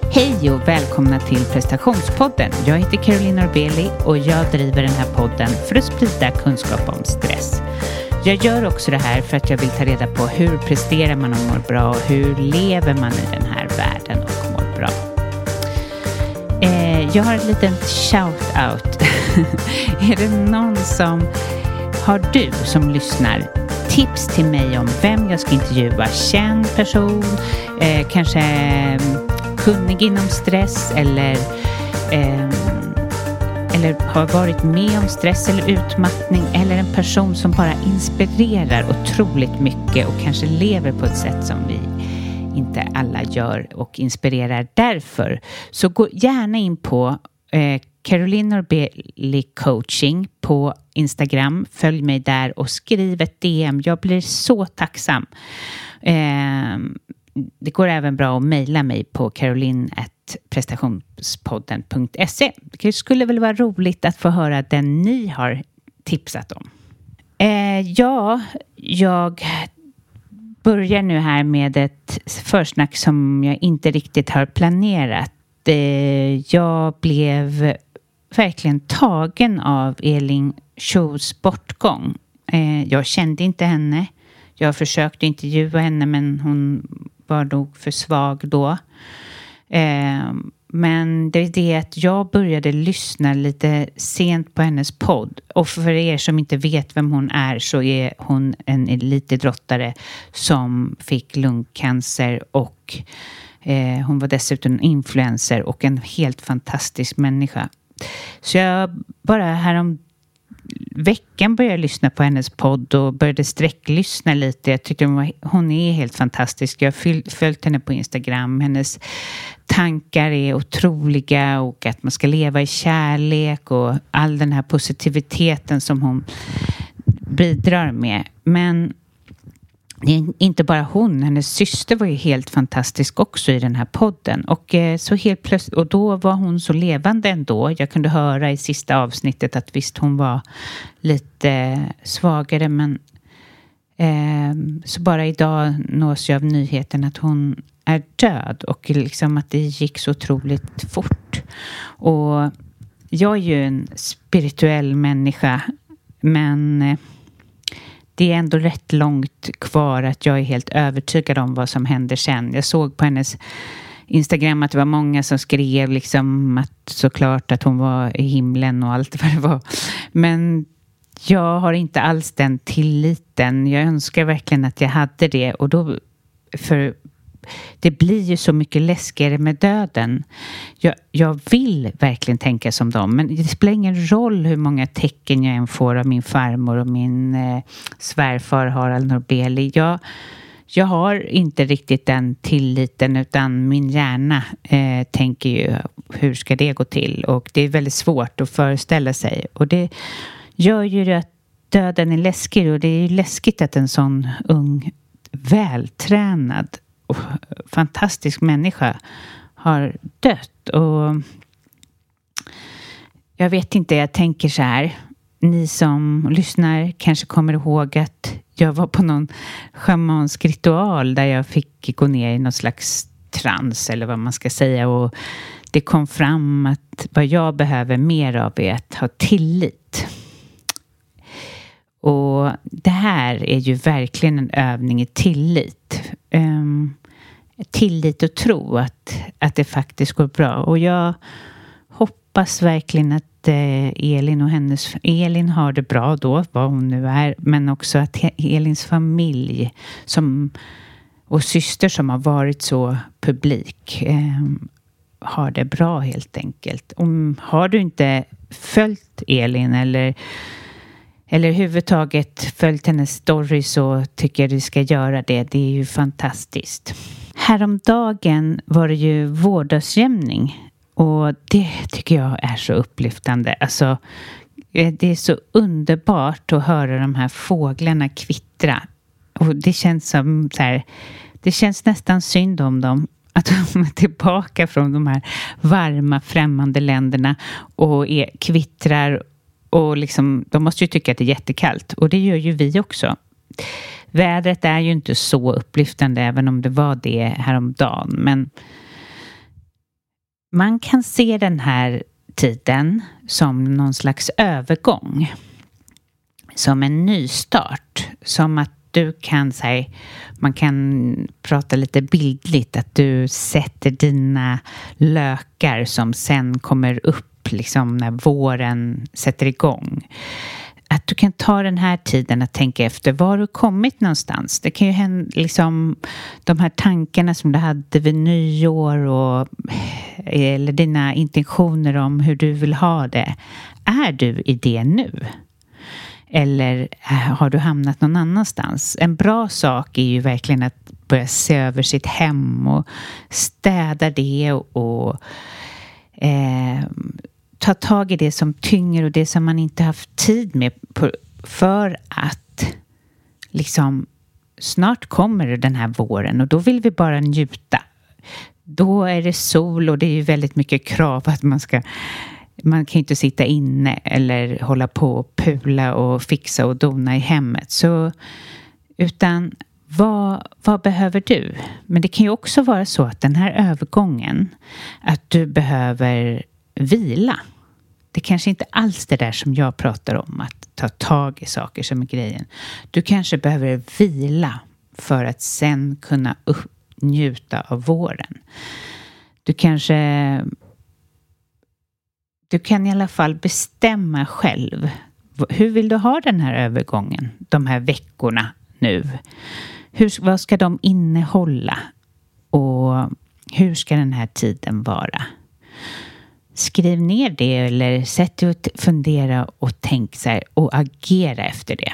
Hej och välkomna till Prestationspodden. Jag heter Caroline Norbeli och jag driver den här podden för att sprida kunskap om stress. Jag gör också det här för att jag vill ta reda på hur presterar man och mår bra och hur lever man i den här världen och mår bra. Jag har en liten shout-out. Är det någon har du som lyssnar tips till mig om vem jag ska intervjua? Känd person, kanske kunnig inom stress eller har varit med om stress eller utmattning, eller en person som bara inspirerar otroligt mycket och kanske lever på ett sätt som vi inte alla gör och inspirerar därför. Så gå gärna in på Caroline Norbeli coaching på Instagram. Följ mig där och skriv ett DM. Jag blir så tacksam. Det går även bra att mejla mig på caroline@prestationspodden.se. Det skulle väl vara roligt att få höra den ni har tipsat om. Jag börjar nu här med ett försnack som jag inte riktigt har planerat. Jag blev verkligen tagen av Elin Choos bortgång. Jag kände inte henne. Jag försökte intervjua henne, men hon var nog för svag då. Men det är det att jag började lyssna lite sent på hennes podd. Och för er som inte vet vem hon är, så är hon en elitidrottare som fick lungcancer. Och hon var dessutom en influencer och en helt fantastisk människa. Så jag bara veckan började jag lyssna på hennes podd och började sträcklyssna lite. Jag tyckte hon är helt fantastisk. Jag har följt henne på Instagram. Hennes tankar är otroliga, och att man ska leva i kärlek och all den här positiviteten som hon bidrar med. Men det är inte bara hon, hennes syster var ju helt fantastisk också i den här podden. Och så helt plötsligt, och då var hon så levande ändå. Jag kunde höra i sista avsnittet att visst, hon var lite svagare, men så bara idag nås jag av nyheten att hon är död, och liksom att det gick så otroligt fort. Och jag är ju en spirituell människa, men det är ändå rätt långt kvar att jag är helt övertygad om vad som händer sen. Jag såg på hennes Instagram att det var många som skrev liksom att såklart att hon var i himlen och allt vad det var. Men jag har inte alls den tilliten. Jag önskar verkligen att jag hade det. Och då, för det blir ju så mycket läskigare med döden. Jag vill verkligen tänka som dem. Men det spelar ingen roll hur många tecken jag än får av min farmor och min svärfar Harald Norbeli. Jag har inte riktigt den tilliten, utan min hjärna tänker ju hur ska det gå till. Och det är väldigt svårt att föreställa sig. Och det gör ju att döden är läskig. Och det är ju läskigt att en sån ung, vältränad och fantastisk människa har dött. Och jag vet inte, jag tänker så här. Ni som lyssnar kanske kommer ihåg att jag var på någon schamansk ritual där jag fick gå ner i någon slags trans, eller vad man ska säga. Och det kom fram att vad jag behöver mer av är att ha tillit. Och det här är ju verkligen en övning i tillit. Tillit och tro att det faktiskt går bra. Och jag hoppas verkligen att Elin har det bra då, vad hon nu är. Men också att Elins familj och syster som har varit så publik har det bra helt enkelt. Har du inte följt Elin eller överhuvudtaget följt hennes story, så tycker jag du ska göra det. Det är ju fantastiskt. Häromdagen var det ju vårdagsjämning. Och det tycker jag är så upplyftande. Alltså, det är så underbart att höra de här fåglarna kvittra. Och det känns som så här, det känns nästan synd om dem. Att de är tillbaka från de här varma främmande länderna och kvittrar. Och liksom, de måste ju tycka att det är jättekallt. Och det gör ju vi också. Vädret är ju inte så upplyftande, även om det var det häromdagen. Men Man kan se den här tiden som någon slags övergång. Som en nystart. Som att du kan säga, man kan prata lite bildligt, att du sätter dina lökar som sen kommer upp liksom när våren sätter igång. Att du kan ta den här tiden att tänka efter, var du kommit någonstans? Det kan ju hända liksom de här tankarna som du hade vid nyår eller dina intentioner om hur du vill ha det. Är du i det nu? Eller har du hamnat någon annanstans? En bra sak är ju verkligen att börja se över sitt hem och städa det och ta tag i det som tynger och det som man inte haft tid med för att liksom snart kommer den här våren och då vill vi bara njuta. Då är det sol och det är ju väldigt mycket krav att man kan inte sitta inne eller hålla på och pula och fixa och dona i hemmet. Så, utan vad behöver du? Men det kan ju också vara så att den här övergången, att du behöver vila. Det kanske inte alls det där som jag pratar om, att ta tag i saker som är grejen. Du kanske behöver vila för att sen kunna njuta av våren. Du kan i alla fall bestämma själv. Hur vill du ha den här övergången? De här veckorna nu. Vad ska de innehålla? Och hur ska den här tiden vara? Skriv ner det eller sätt dig och fundera och tänk så här och agera efter det.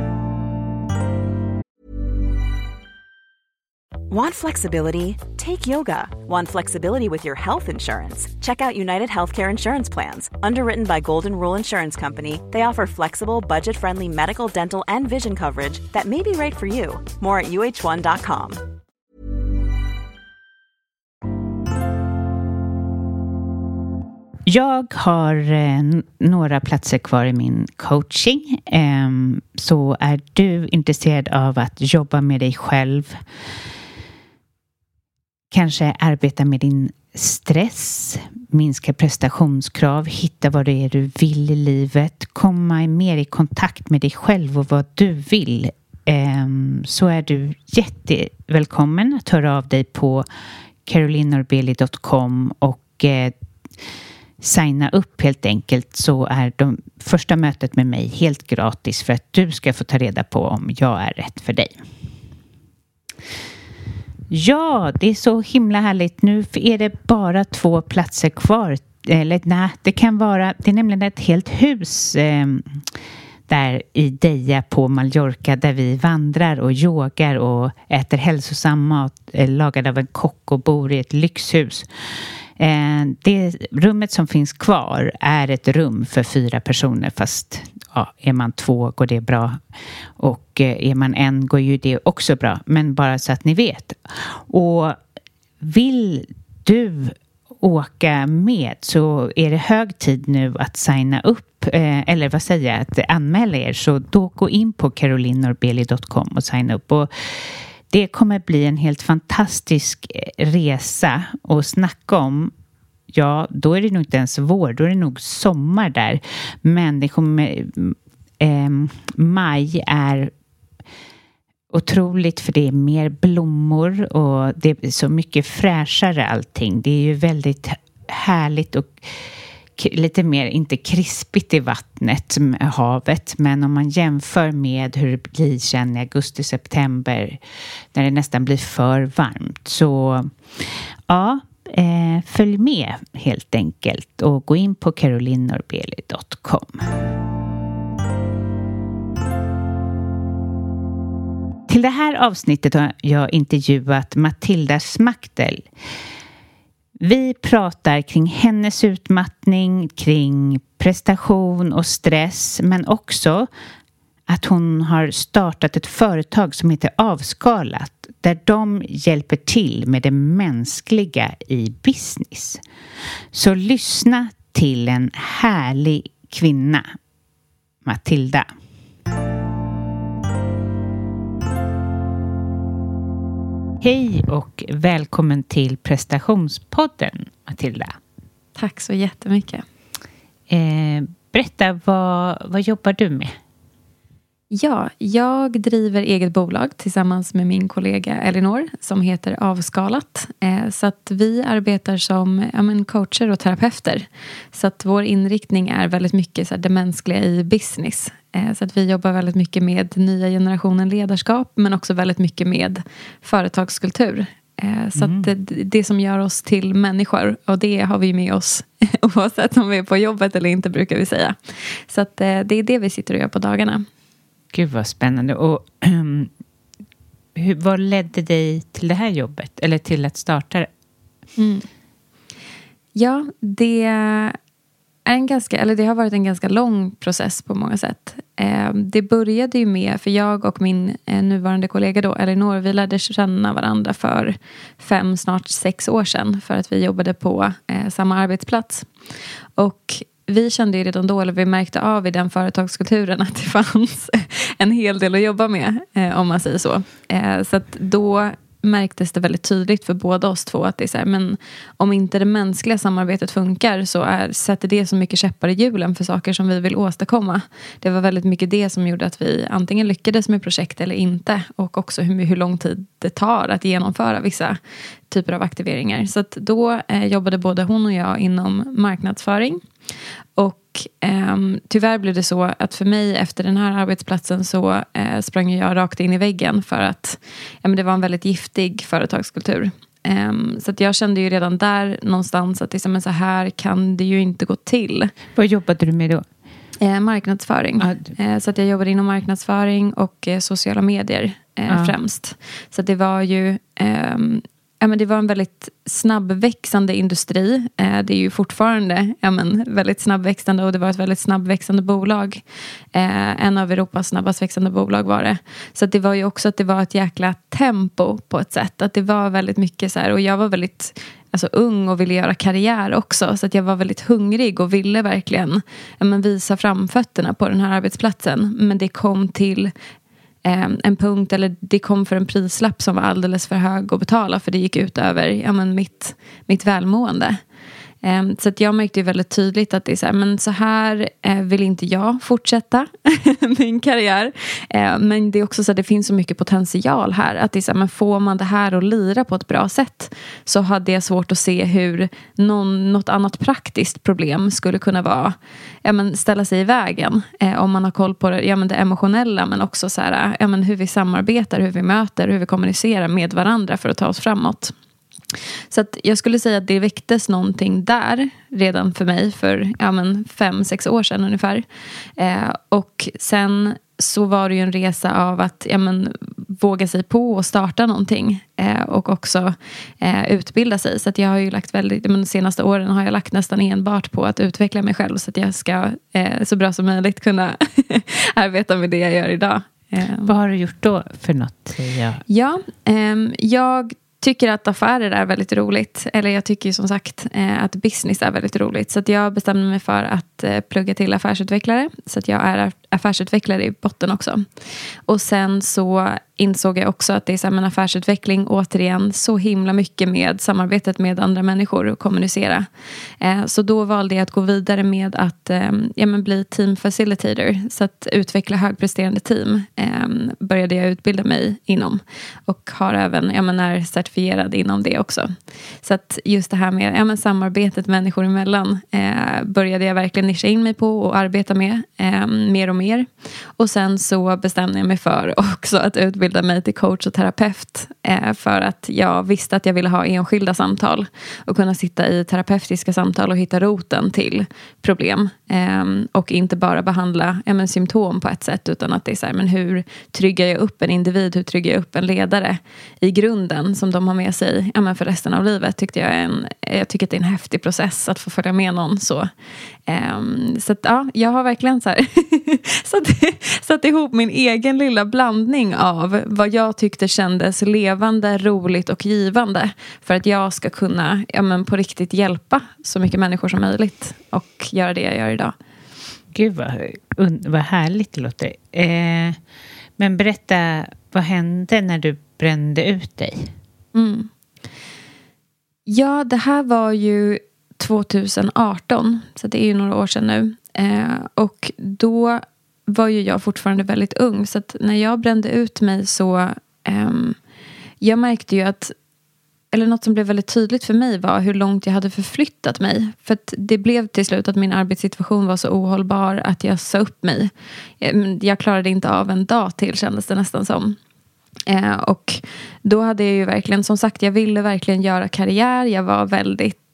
Want flexibility? Take yoga. Want flexibility with your health insurance? Check out United Healthcare Insurance Plans. Underwritten by Golden Rule Insurance Company, they offer flexible, budget-friendly medical, dental, and vision coverage that may be right for you. More at uh1.com. Jag har några platser kvar i min coaching. Så är du intresserad av att jobba med dig själv, kanske arbeta med din stress, minska prestationskrav, hitta vad det är du vill i livet, komma mer i kontakt med dig själv och vad du vill, så är du jättevälkommen att höra av dig på carolinorbeli.com och signa upp helt enkelt, så är första mötet med mig helt gratis för att du ska få ta reda på om jag är rätt för dig. Ja, det är så himla härligt. Nu är det bara 2 platser kvar. Eller nej, det är nämligen ett helt hus där i Deja på Mallorca där vi vandrar och yogar och äter hälsosam mat lagad av en kock och bor i ett lyxhus. Det rummet som finns kvar är ett rum för 4 personer, fast är man 2 går det bra och är man 1 går ju det också bra, men bara så att ni vet. Och vill du åka med så är det hög tid nu att signa upp, eller vad säger jag, att anmäla er, så då gå in på carolinorbeli.com och signa upp. Och det kommer bli en helt fantastisk resa och snacka om. Ja, då är det nog inte ens vår, då är det nog sommar där. Men det kommer, maj är otroligt för det är mer blommor och det är så mycket fräschare allting. Det är ju väldigt härligt och lite mer, inte krispigt i vattnet, havet, men om man jämför med hur det blir sen i augusti-september när det nästan blir för varmt, så ja, följ med helt enkelt och gå in på carolinorbeli.com. Till det här avsnittet har jag intervjuat Matilda Smaktel. Vi pratar kring hennes utmattning, kring prestation och stress, men också att hon har startat ett företag som heter Avskalat, där de hjälper till med det mänskliga i business. Så lyssna till en härlig kvinna, Matilda. Hej och välkommen till prestationspodden, Matilda. Tack så jättemycket. Berätta, vad jobbar du med? Ja, jag driver eget bolag tillsammans med min kollega Elinor som heter Avskalat. Så att vi arbetar som coacher och terapeuter. Så att vår inriktning är väldigt mycket så här, det mänskliga i business. Så att vi jobbar väldigt mycket med nya generationen ledarskap men också väldigt mycket med företagskultur. Så att det som gör oss till människor, och det har vi med oss oavsett om vi är på jobbet eller inte, brukar vi säga. Så att det är det vi sitter och gör på dagarna. Gud vad spännande. Och vad ledde dig till det här jobbet? Eller till att starta det? Ja, det har varit en ganska lång process på många sätt. Det började ju med, för jag och min nuvarande kollega då, Elinor, vi lärde känna varandra för 5, snart 6 år sedan. För att vi jobbade på samma arbetsplats. Och vi kände ju redan då, eller vi märkte av i den företagskulturen att det fanns en hel del att jobba med, om man säger så. Så att då märktes det väldigt tydligt för båda oss två att det är så här, men om inte det mänskliga samarbetet funkar så sätter det så mycket käppar i hjulen för saker som vi vill åstadkomma. Det var väldigt mycket det som gjorde att vi antingen lyckades med projekt eller inte, och också hur lång tid det tar att genomföra vissa typer av aktiveringar. Så att då jobbade både hon och jag inom marknadsföring. Och tyvärr blev det så att för mig efter den här arbetsplatsen så sprang jag rakt in i väggen för att det var en väldigt giftig företagskultur. Så att jag kände ju redan där någonstans att så här kan det ju inte gå till. Vad jobbade du med då? Marknadsföring. Så att jag jobbade inom marknadsföring och sociala medier främst. Så att det var ju det var en väldigt snabbväxande industri. Det är ju fortfarande väldigt snabbväxande, och det var ett väldigt snabbväxande bolag. En av Europas snabbast växande bolag var det. Så att det var ju också att det var ett jäkla tempo på ett sätt. Att det var väldigt mycket så här, och jag var väldigt ung och ville göra karriär också. Så att jag var väldigt hungrig och ville verkligen visa framfötterna på den här arbetsplatsen. Men det kom till en punkt, eller det kom för en prislapp som var alldeles för hög att betala, för det gick ut över mitt välmående. Så att jag märkte ju väldigt tydligt att det är så här, men så här vill inte jag fortsätta min karriär. Men det är också så att det finns så mycket potential här. Att det är så här, men får man det här att lira på ett bra sätt, så hade jag svårt att se hur något annat praktiskt problem skulle kunna vara ställa sig i vägen. Om man har koll på det emotionella, men också så här, hur vi samarbetar, hur vi möter, hur vi kommunicerar med varandra för att ta oss framåt. Så att jag skulle säga att det väcktes någonting där redan för mig för 5-6 år sedan ungefär. Och sen så var det ju en resa av att våga sig på och starta någonting. Och också utbilda sig. Så att jag har ju lagt de senaste åren har jag lagt nästan enbart på att utveckla mig själv. Så att jag ska så bra som möjligt kunna arbeta med det jag gör idag. Vad har du gjort då för något? Jag tycker att affärer är väldigt roligt. Eller jag tycker ju som sagt att business är väldigt roligt. Så att jag bestämde mig för att plugga till affärsutvecklare. Så att jag är affärsutvecklare i botten också. Och sen så insåg jag också att det är så här, men affärsutveckling återigen så himla mycket med samarbetet med andra människor och kommunicera. Så då valde jag att gå vidare med att bli team facilitator. Så att utveckla högpresterande team började jag utbilda mig inom. Och har även, är certifierad inom det också. Så att just det här med samarbetet människor emellan började jag verkligen nischa in mig på och arbeta med mer och mer. Och sen så bestämde jag mig för också att utbilda mig till coach och terapeut. För att jag visste att jag ville ha enskilda samtal. Och kunna sitta i terapeutiska samtal och hitta roten till problem. Och inte bara behandla symptom på ett sätt. Utan att det är så här, men hur tryggar jag upp en individ? Hur tryggar jag upp en ledare i grunden som de har med sig för resten av livet? Jag tycker att det är en häftig process att få följa med någon så. Så att, jag har verkligen så här satt ihop min egen lilla blandning av vad jag tyckte kändes levande, roligt och givande för att jag ska kunna på riktigt hjälpa så mycket människor som möjligt och göra det jag gör idag. Gud vad härligt det låter. Men berätta, vad hände när du brände ut dig? Ja, det här var ju 2018. Så det är ju några år sedan nu. Och då var ju jag fortfarande väldigt ung. Så att när jag brände ut mig så... jag märkte ju att... Eller något som blev väldigt tydligt för mig var hur långt jag hade förflyttat mig. För att det blev till slut att min arbetssituation var så ohållbar att jag sa upp mig. Jag klarade inte av en dag till, kändes det nästan som. Och då hade jag ju verkligen, som sagt, jag ville verkligen göra karriär. Jag var väldigt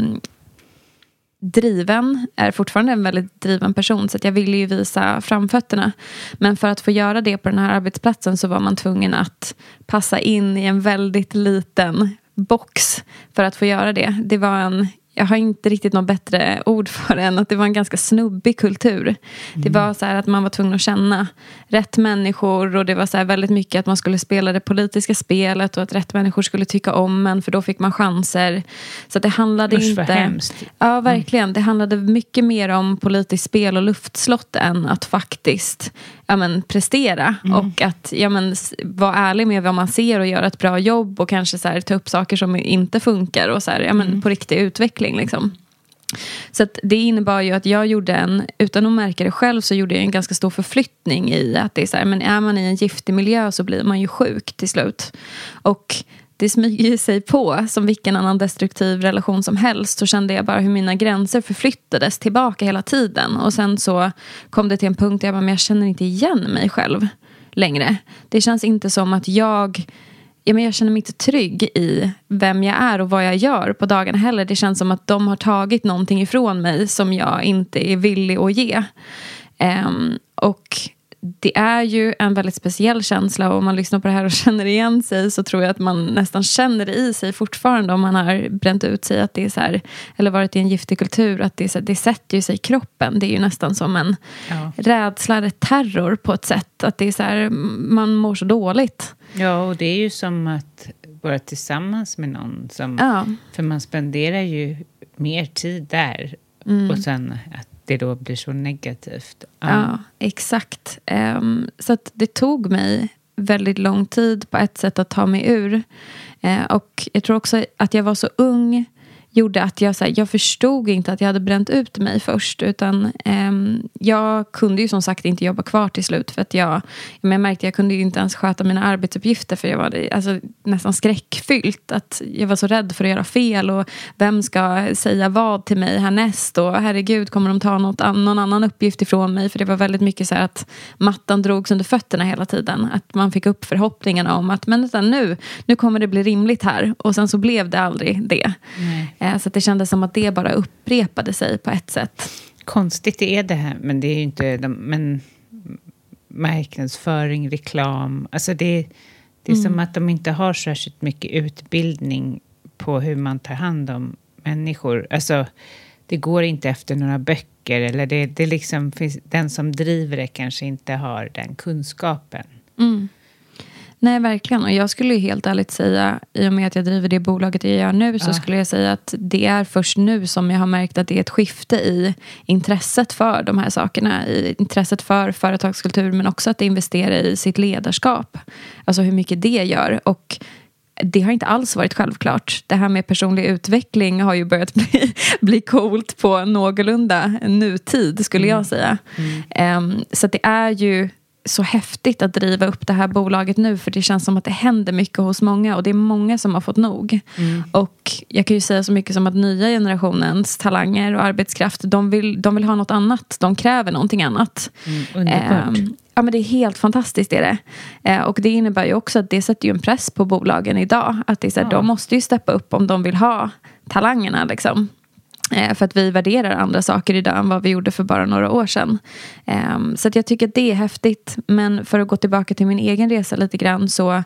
driven, är fortfarande en väldigt driven person, så att jag ville ju visa framfötterna. Men för att få göra det på den här arbetsplatsen så var man tvungen att passa in i en väldigt liten box för att få göra det. Det var jag har inte riktigt något bättre ord för det än att det var en ganska snubbig kultur. Det var så här att man var tvungen att känna rätt människor, och det var så här väldigt mycket att man skulle spela det politiska spelet och att rätt människor skulle tycka om en, för då fick man chanser. Så att det handlade inte... hemskt. Ja, verkligen. Det handlade mycket mer om politiskt spel och luftslott än att faktiskt prestera. Och att vara ärlig med vad man ser och göra ett bra jobb och kanske så här, ta upp saker som inte funkar och så här, på riktig utveckling liksom. Så att det innebar ju att jag gjorde utan att märka det själv, så gjorde jag en ganska stor förflyttning i att det är så här, men är man i en giftig miljö så blir man ju sjuk till slut. Och det smyger sig på som vilken annan destruktiv relation som helst. Så kände jag bara hur mina gränser förflyttades tillbaka hela tiden. Och sen så kom det till en punkt där jag bara, men jag känner inte igen mig själv längre. Det känns inte som att jag känner mig inte trygg i vem jag är och vad jag gör på dagarna heller. Det känns som att de har tagit någonting ifrån mig som jag inte är villig att ge. Och det är ju en väldigt speciell känsla, och om man lyssnar på det här och känner igen sig så tror jag att man nästan känner det i sig fortfarande om man har bränt ut sig, att det är så här, eller varit i en giftig kultur, att det är så här, det sätter ju sig i kroppen. Det är ju nästan som en rädsla eller terror på ett sätt, att det är så här, man mår så dåligt. Ja, och det är ju som att vara tillsammans med någon som, för man spenderar ju mer tid där och sen att det då blir så negativt. Ja, exakt. Så att det tog mig väldigt lång tid på ett sätt att ta mig ur. Och jag tror också att jag var så ung gjorde att jag förstod inte att jag hade bränt ut mig först, utan jag kunde ju som sagt inte jobba kvar till slut, för att jag märkte att jag kunde ju inte ens sköta mina arbetsuppgifter, för jag var nästan skräckfyllt, att jag var så rädd för att göra fel, och vem ska säga vad till mig härnäst, och herregud, kommer de ta någon annan uppgift ifrån mig, för det var väldigt mycket så här att mattan drogs under fötterna hela tiden, att man fick upp förhoppningarna om att men nu kommer det bli rimligt här, och sen så blev det aldrig det. Så att det kändes som att det bara upprepade sig på ett sätt. Konstigt är det här, men det är ju inte men marknadsföring, reklam, alltså det är som att de inte har särskilt mycket utbildning på hur man tar hand om människor. Alltså det går inte efter några böcker, eller det liksom finns, den som driver det kanske inte har den kunskapen. Nej, verkligen. Och jag skulle ju helt ärligt säga, i och med att jag driver det bolaget jag gör nu, så skulle jag säga att det är först nu som jag har märkt att det är ett skifte i intresset för de här sakerna, i intresset för företagskultur, men också att investera i sitt ledarskap. Alltså hur mycket det gör. Och det har inte alls varit självklart. Det här med personlig utveckling har ju börjat bli coolt på någorlunda nutid, skulle jag säga. Så att det är ju så häftigt att driva upp det här bolaget nu, för det känns som att det händer mycket hos många, och det är många som har fått nog. Och jag kan ju säga så mycket som att nya generationens talanger och arbetskraft, de vill ha något annat, de kräver någonting annat. Underbart. Ja, men det är helt fantastiskt är det. Och det innebär ju också att det sätter ju en press på bolagen idag, att det är så här, de måste ju steppa upp om de vill ha talangerna liksom. För att vi värderar andra saker idag än vad vi gjorde för bara några år sedan. Så att jag tycker att det är häftigt. Men för att gå tillbaka till min egen resa lite grann, så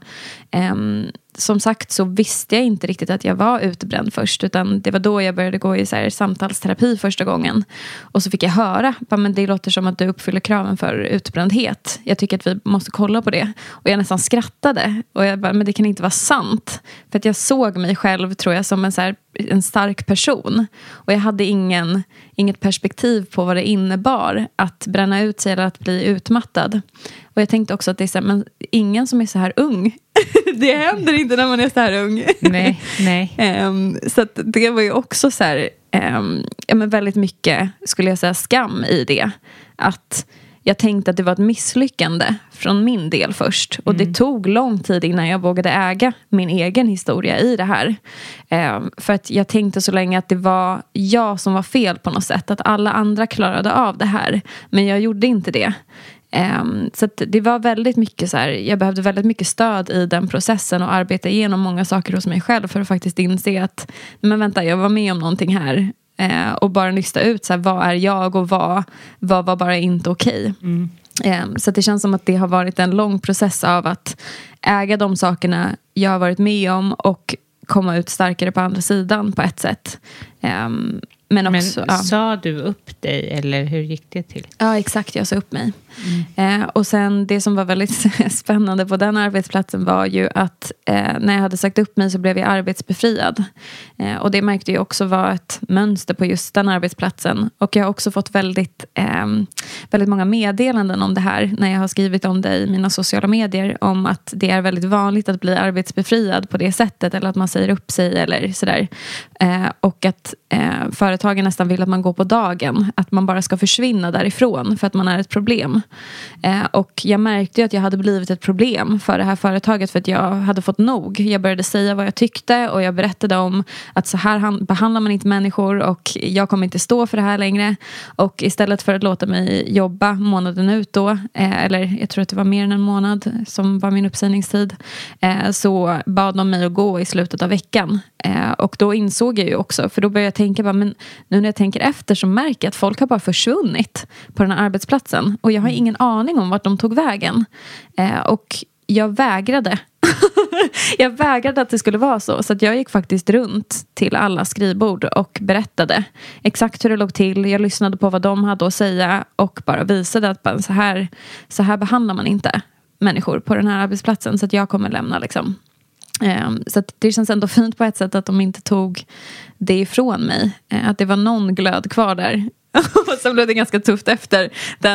som sagt så visste jag inte riktigt att jag var utbränd först, utan det var då jag började gå i så här samtalsterapi första gången. Och så fick jag höra, men det låter som att du uppfyller kraven för utbrändhet. Jag tycker att vi måste kolla på det. Och jag nästan skrattade. Och jag bara, men det kan inte vara sant. För att jag såg mig själv, tror jag, som en stark person. Och jag hade inget perspektiv på vad det innebar att bränna ut sig eller att bli utmattad. Och jag tänkte också att det är så här, men ingen som är så här ung. Det händer inte när man är så här ung. Nej. Så att det var ju också så här, men väldigt mycket, skulle jag säga, skam i det. Att jag tänkte att det var ett misslyckande från min del först. Och det tog lång tid innan jag vågade äga min egen historia i det här. För att jag tänkte så länge att det var jag som var fel på något sätt. Att alla andra klarade av det här. Men jag gjorde inte det. Så att det var väldigt mycket så här, jag behövde väldigt mycket stöd i den processen och arbeta igenom många saker hos mig själv för att faktiskt inse att, men vänta, jag var med om någonting här. Och bara nysta ut så här, vad är jag och vad var bara inte okej. Så att det känns som att det har varit en lång process av att äga de sakerna jag har varit med om och komma ut starkare på andra sidan på ett sätt. Men sa du upp dig eller hur gick det till? Ja, exakt, jag sa upp mig. Och sen det som var väldigt spännande på den arbetsplatsen var ju att när jag hade sagt upp mig så blev jag arbetsbefriad. Och det märkte jag också var ett mönster på just den arbetsplatsen. Och jag har också fått väldigt många meddelanden om det här när jag har skrivit om det i mina sociala medier, om att det är väldigt vanligt att bli arbetsbefriad på det sättet, eller att man säger upp sig eller sådär. Och att företagen nästan vill att man går på dagen, att man bara ska försvinna därifrån för att man är ett problem. Och jag märkte ju att jag hade blivit ett problem för det här företaget, för att jag hade fått nog. Jag började säga vad jag tyckte och jag berättade om att så här behandlar man inte människor och jag kommer inte stå för det här längre. Och istället för att låta mig jobba månaden ut då, eller jag tror att det var mer än en månad som var min uppsägningstid, så bad de mig att gå i slutet av veckan. Och då insåg jag ju också, för då började jag tänka bara, men nu när jag tänker efter så märker jag att folk har bara försvunnit på den här arbetsplatsen. Och jag har ingen aning om vart de tog vägen. Och jag vägrade. Jag vägrade att det skulle vara så. Så att jag gick faktiskt runt till alla skrivbord och berättade exakt hur det låg till. Jag lyssnade på vad de hade att säga och bara visade att bara, så här behandlar man inte människor på den här arbetsplatsen. Så att jag kommer lämna liksom. Så att det känns ändå fint på ett sätt att de inte tog det ifrån mig. Att det var någon glöd kvar där. Och sen blev det ganska tufft efter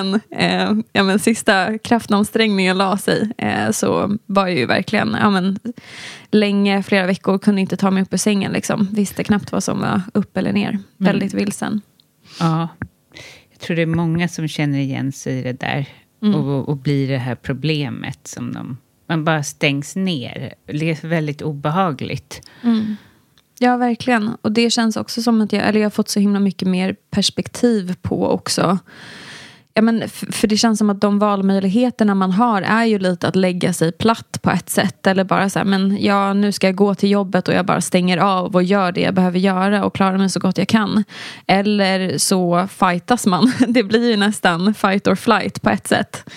den sista kraftansträngningen la sig. Så var jag ju verkligen länge, flera veckor kunde inte ta mig upp ur sängen liksom. Visste knappt vad som var upp eller ner. Väldigt vilsen. Ja, jag tror det är många som känner igen sig i det där. Och blir det här problemet som man bara stängs ner. Det är väldigt obehagligt. Ja, verkligen. Och det känns också som att jag har fått så himla mycket mer perspektiv på också. Ja, men för det känns som att de valmöjligheterna man har är ju lite att lägga sig platt på ett sätt. Eller bara så här, men nu ska jag gå till jobbet och jag bara stänger av och gör det jag behöver göra och klarar mig så gott jag kan. Eller så fightas man. Det blir ju nästan fight or flight på ett sätt.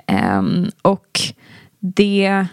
Och det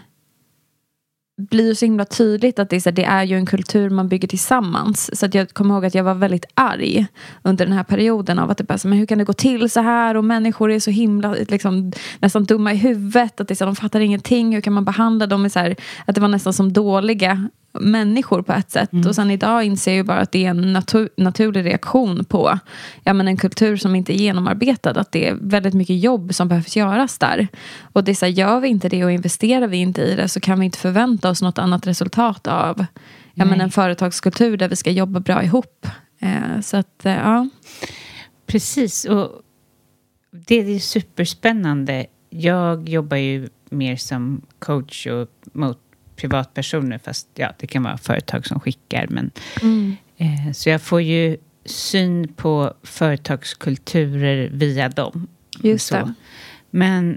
blir så himla tydligt att det är ju en kultur man bygger tillsammans. Så att jag kommer ihåg att jag var väldigt arg under den här perioden av att det bara så, men hur kan det gå till så här, och människor är så himla liksom, nästan dumma i huvudet, att de fattar ingenting, hur kan man behandla dem så här, att det var nästan som dåliga människor på ett sätt. Och sen idag inser jag ju bara att det är en naturlig reaktion på en kultur som inte är genomarbetad, att det är väldigt mycket jobb som behövs göras där. Och det är så här, gör vi inte det och investerar vi inte i det, så kan vi inte förvänta oss något annat resultat av en företagskultur där vi ska jobba bra ihop. Så att, ja. Precis, och det är superspännande. Jag jobbar ju mer som coach och mot privatpersoner, fast det kan vara företag som skickar. Men, så jag får ju syn på företagskulturer via dem. Just det. Men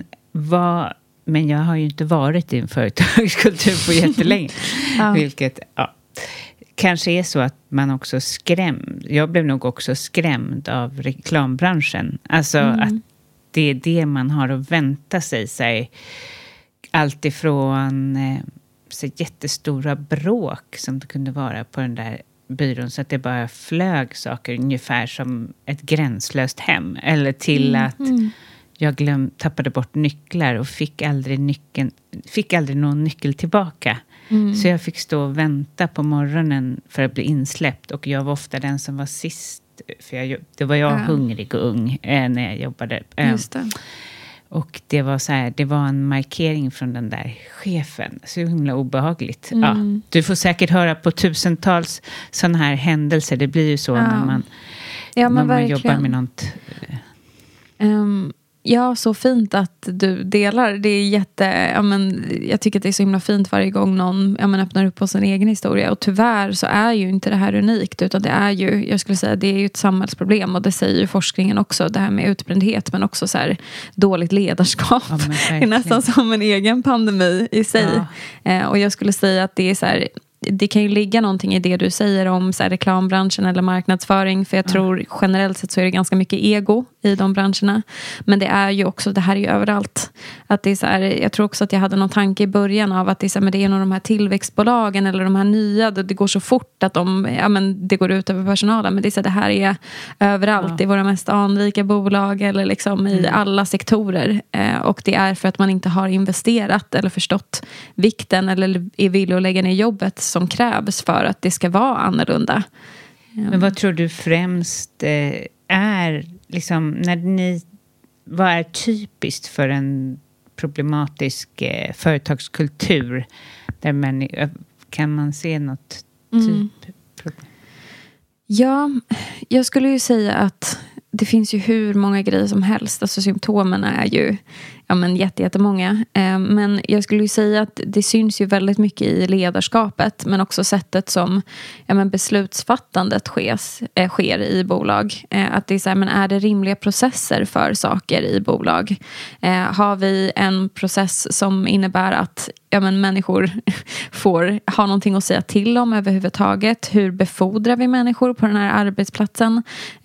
jag har ju inte varit i en företagskultur på jättelänge. Vilket kanske är så att man också skrämd. Jag blev nog också skrämd av reklambranschen. Alltså att det är det man har att vänta sig. Allt ifrån så jättestora bråk som det kunde vara på den där byrån, så att det bara flög saker ungefär som ett gränslöst hem, eller till att jag tappade bort nycklar och fick aldrig någon nyckel tillbaka. Så jag fick stå och vänta på morgonen för att bli insläppt, och jag var ofta den som var sist, för det var jag hungrig och ung när jag jobbade. Just det. Och det var så här, det var en markering från den där chefen. Så himla obehagligt. Ja, du får säkert höra på tusentals sådana här händelser. Det blir ju så när man jobbar med något. Ja, så fint att du delar. Det är jag tycker att det är så himla fint varje gång någon öppnar upp på sin egen historia. Och tyvärr så är ju inte det här unikt, utan det är ju, jag skulle säga, det är ju ett samhällsproblem, och det säger ju forskningen också, det här med utbrändhet, men också så här dåligt ledarskap. Ja, det är nästan som en egen pandemi i sig. Ja. Och jag skulle säga att det är så här, det kan ju ligga någonting i det du säger om så här, reklambranschen eller marknadsföring. För jag tror generellt sett så är det ganska mycket ego i de branscherna. Men det är ju också, det här är ju överallt. Att det är så här, jag tror också att jag hade någon tanke i början av att det är, så här, men det är nog de här tillväxtbolagen eller de här nya. Det går så fort att det går ut över personalen. Men det är så här, det här är överallt i våra mest anrika bolag eller liksom i alla sektorer. Och det är för att man inte har investerat eller förstått vikten eller är villig att lägga ner jobbet som krävs för att det ska vara annorlunda. Men vad tror du främst är liksom, vad är typiskt för en problematisk företagskultur där kan man se något problem? Ja, jag skulle ju säga att det finns ju hur många grejer som helst. Alltså symptomen är ju jättemånga. Men jag skulle ju säga att det syns ju väldigt mycket i ledarskapet. Men också sättet som beslutsfattandet sker i bolag. Att det är så här, men är det rimliga processer för saker i bolag? Har vi en process som innebär att människor får ha någonting att säga till om överhuvudtaget? Hur befordrar vi människor på den här arbetsplatsen?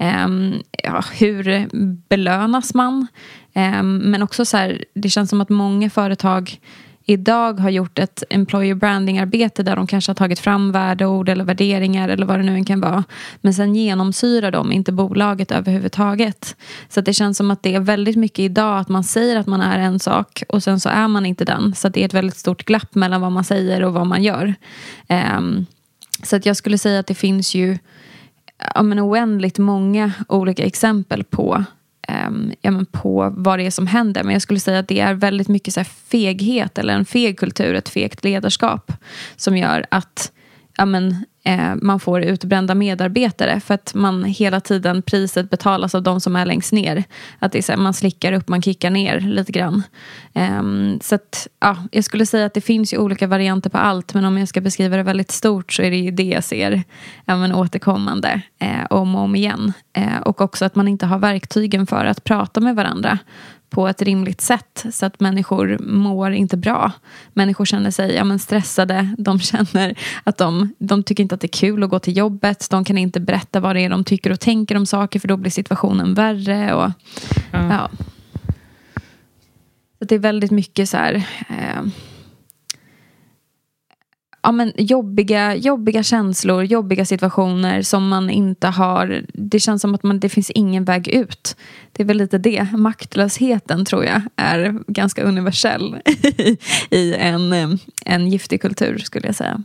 Hur belönas man? Men också så här, det känns som att många företag idag har gjort ett employer branding-arbete där de kanske har tagit fram värdeord eller värderingar eller vad det nu än kan vara. Men sen genomsyrar de inte bolaget överhuvudtaget. Så att det känns som att det är väldigt mycket idag att man säger att man är en sak och sen så är man inte den. Så att det är ett väldigt stort glapp mellan vad man säger och vad man gör. Så att jag skulle säga att det finns ju oändligt många olika exempel på vad det är som händer. Men jag skulle säga att det är väldigt mycket så här feghet eller en feg kultur, ett fegt ledarskap som gör att man får utbrända medarbetare för att man hela tiden priset betalas av de som är längst ner. Att det är så här, man slickar upp, man kickar ner lite grann. Så att jag skulle säga att det finns ju olika varianter på allt, men om jag ska beskriva det väldigt stort så är det ju det jag ser återkommande om och om igen. Och också att man inte har verktygen för att prata med varandra på ett rimligt sätt så att människor mår inte bra. Människor känner sig stressade. De känner att de tycker inte att det är kul att gå till jobbet. De kan inte berätta vad det är de tycker och tänker om saker, för då blir situationen värre. Och, Så det är väldigt mycket så här jobbiga känslor, jobbiga situationer som man inte har. Det känns som att det finns ingen väg ut. Det är väl lite det. Maktlösheten tror jag är ganska universell i en giftig kultur, skulle jag säga.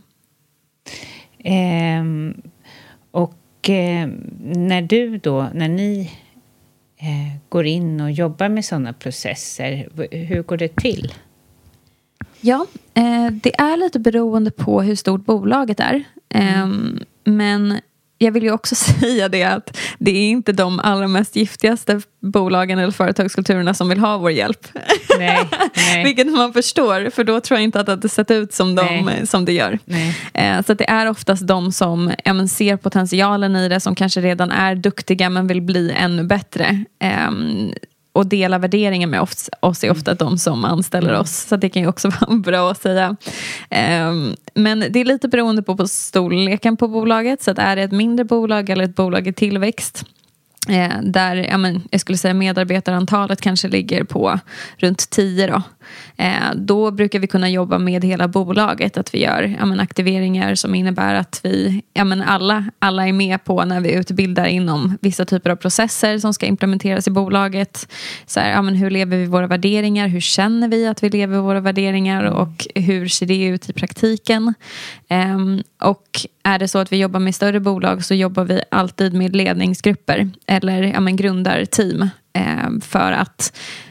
När ni går in och jobbar med sådana processer, hur går det till? Ja, det är lite beroende på hur stort bolaget är. Men jag vill ju också säga det att det är inte de allra mest giftigaste bolagen eller företagskulturerna som vill ha vår hjälp. Nej. Vilket man förstår, för då tror jag inte att det sett ut som det gör. Så att det är oftast de som ser potentialen i det, som kanske redan är duktiga men vill bli ännu bättre. Och dela värderingen med oss är ofta de som anställer oss. Så det kan ju också vara bra att säga. Men det är lite beroende på storleken på bolaget. Så att är det ett mindre bolag eller ett bolag i tillväxt, där jag skulle säga medarbetarantalet kanske ligger på runt 10 då. Då brukar vi kunna jobba med hela bolaget, att vi gör aktiveringar som innebär att vi alla är med på när vi utbildar inom vissa typer av processer som ska implementeras i bolaget. Så här, hur lever vi våra värderingar, hur känner vi att vi lever våra värderingar och hur ser det ut i praktiken. Och är det så att vi jobbar med större bolag så jobbar vi alltid med ledningsgrupper eller grundarteam, för att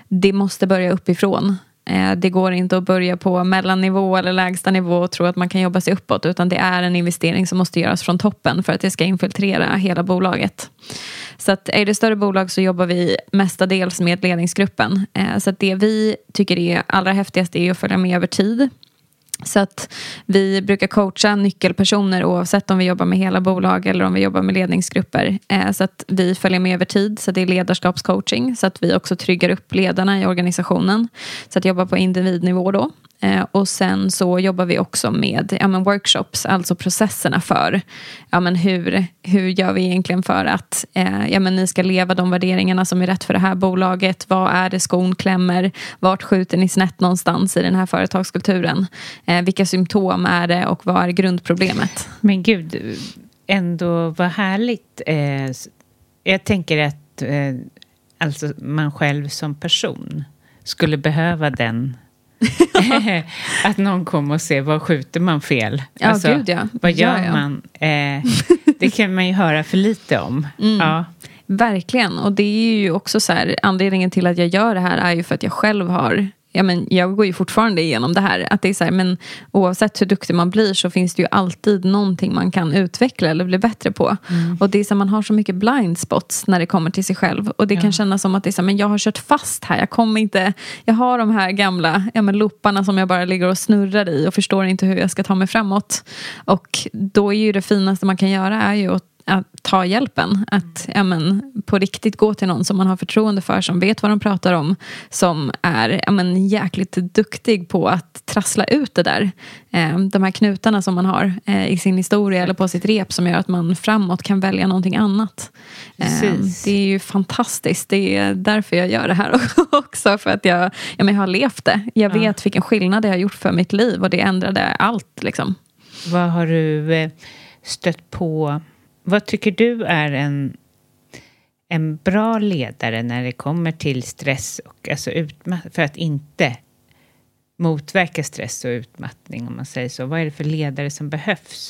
det måste börja uppifrån. Det går inte att börja på mellannivå eller lägsta nivå och tro att man kan jobba sig uppåt, utan det är en investering som måste göras från toppen för att det ska infiltrera hela bolaget. Så att är det större bolag så jobbar vi mestadels med ledningsgruppen. Så att det vi tycker är allra häftigast är att följa med över tid. Så att vi brukar coacha nyckelpersoner oavsett om vi jobbar med hela bolag eller om vi jobbar med ledningsgrupper. Så att vi följer med över tid, så det är ledarskapscoaching. Så att vi också tryggar upp ledarna i organisationen. Så att jobba på individnivå då. Och sen så jobbar vi också med workshops, alltså processerna för hur gör vi egentligen för att ni ska leva de värderingarna som är rätt för det här bolaget. Vad är det skon klämmer? Vart skjuter ni snett någonstans i den här företagskulturen? Vilka symptom är det och vad är grundproblemet? Men gud, ändå vad härligt. Jag tänker att alltså man själv som person skulle behöva den. Att någon kommer och ser vad skjuter man fel. Ja, alltså, gud, ja. Vad gör man? Det kan man ju höra för lite om. Ja. Verkligen, och det är ju också så här, anledningen till att jag gör det här är ju för att jag själv har jag går ju fortfarande igenom det här. Att det är så här, men oavsett hur duktig man blir så finns det ju alltid någonting man kan utveckla eller bli bättre på. Och det är så här, man har så mycket blind spots när det kommer till sig själv. Och det kan kännas som att det är så här, men jag har kört fast här. Jag har de här gamla looparna som jag bara ligger och snurrar i och förstår inte hur jag ska ta mig framåt. Och då är ju det finaste man kan göra är ju att ta hjälpen, att på riktigt gå till någon som man har förtroende för, som vet vad de pratar om, som är jäkligt duktig på att trassla ut det där, de här knutarna som man har i sin historia eller på sitt rep, som gör att man framåt kan välja någonting annat. Det är ju fantastiskt. Det är därför jag gör det här också, för att jag har levt det. Jag vet vilken skillnad det har gjort för mitt liv, och det ändrade allt liksom. Vad har du stött på? Vad tycker du är en bra ledare när det kommer till stress och alltså för att inte motverka stress och utmattning, om man säger så? Vad är det för ledare som behövs?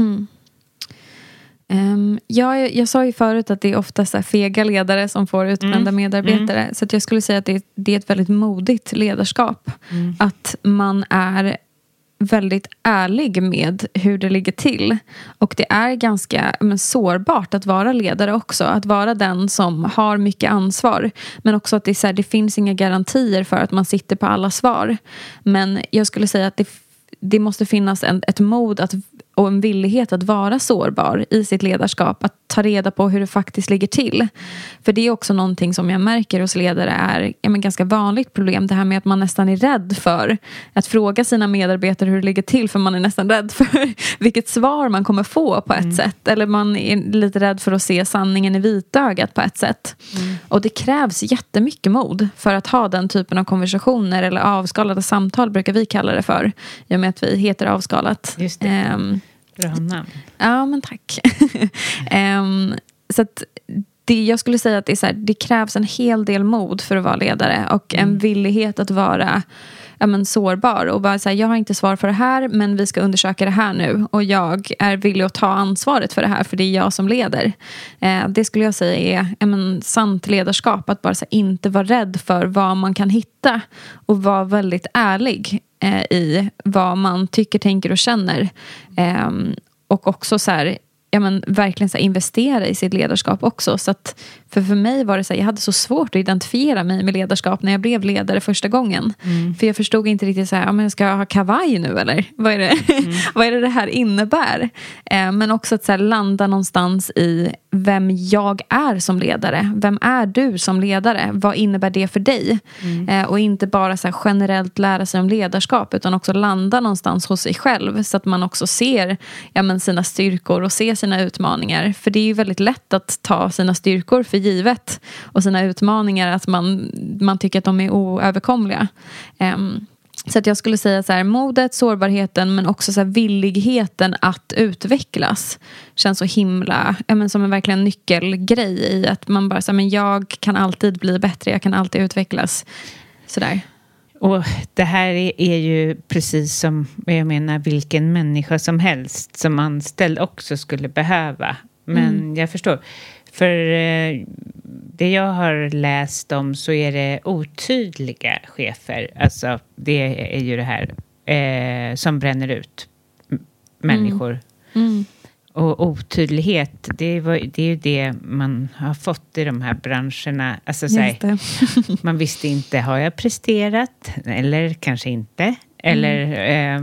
Jag sa ju förut att det är ofta så här fega ledare som får utbrända medarbetare. Så att jag skulle säga att det är ett väldigt modigt ledarskap. Att man är väldigt ärlig med hur det ligger till. Och det är ganska sårbart att vara ledare också. Att vara den som har mycket ansvar. Men också att det finns inga garantier för att man sitter på alla svar. Men jag skulle säga att det måste finnas ett mod och en villighet att vara sårbar i sitt ledarskap. Att ta reda på hur det faktiskt ligger till. För det är också någonting som jag märker hos ledare är ganska vanligt problem. Det här med att man nästan är rädd för att fråga sina medarbetare hur det ligger till. För man är nästan rädd för vilket svar man kommer få på ett sätt. Eller man är lite rädd för att se sanningen i vitögat på ett sätt. Och det krävs jättemycket mod för att ha den typen av konversationer. Eller avskalade samtal brukar vi kalla det för. I och med att vi heter avskalat. Just det. Bra namn. Ja, men tack. Så att jag skulle säga att det är så här, det krävs en hel del mod för att vara ledare. Och en villighet att vara sårbar. Och bara säga, jag har inte svar för det här, men vi ska undersöka det här nu. Och jag är villig att ta ansvaret för det här, för det är jag som leder. Det skulle jag säga är sant ledarskap. Att bara så här, inte vara rädd för vad man kan hitta. Och vara väldigt ärlig i vad man tycker, tänker och känner. Och också så här, verkligen så här, investera i sitt ledarskap också. Så att för mig var det så här, jag hade så svårt att identifiera mig med ledarskap när jag blev ledare första gången. För jag förstod inte riktigt så här, jag ska ha kavaj nu eller? Vad är det, vad är det här innebär? Men också att så här, landa någonstans i vem jag är som ledare. Vem är du som ledare? Vad innebär det för dig? Och inte bara så här, generellt lära sig om ledarskap, utan också landa någonstans hos sig själv. Så att man också ser sina styrkor och ser sina utmaningar. För det är ju väldigt lätt att ta sina styrkor för givet. Och sina utmaningar att man tycker att de är oöverkomliga. Så att jag skulle säga så här, modet, sårbarheten, men också så här, villigheten att utvecklas känns så himla som en verkligen nyckelgrej i att man bara så här, men jag kan alltid bli bättre, jag kan alltid utvecklas. Sådär. Och det här är ju precis som, jag menar, vilken människa som helst som anställd också skulle behöva. Men jag förstår. För det jag har läst om så är det otydliga chefer. Alltså det är ju det här som bränner ut människor. Och otydlighet, det är ju det man har fått i de här branscherna. Alltså man visste inte, har jag presterat? Eller kanske inte. Eller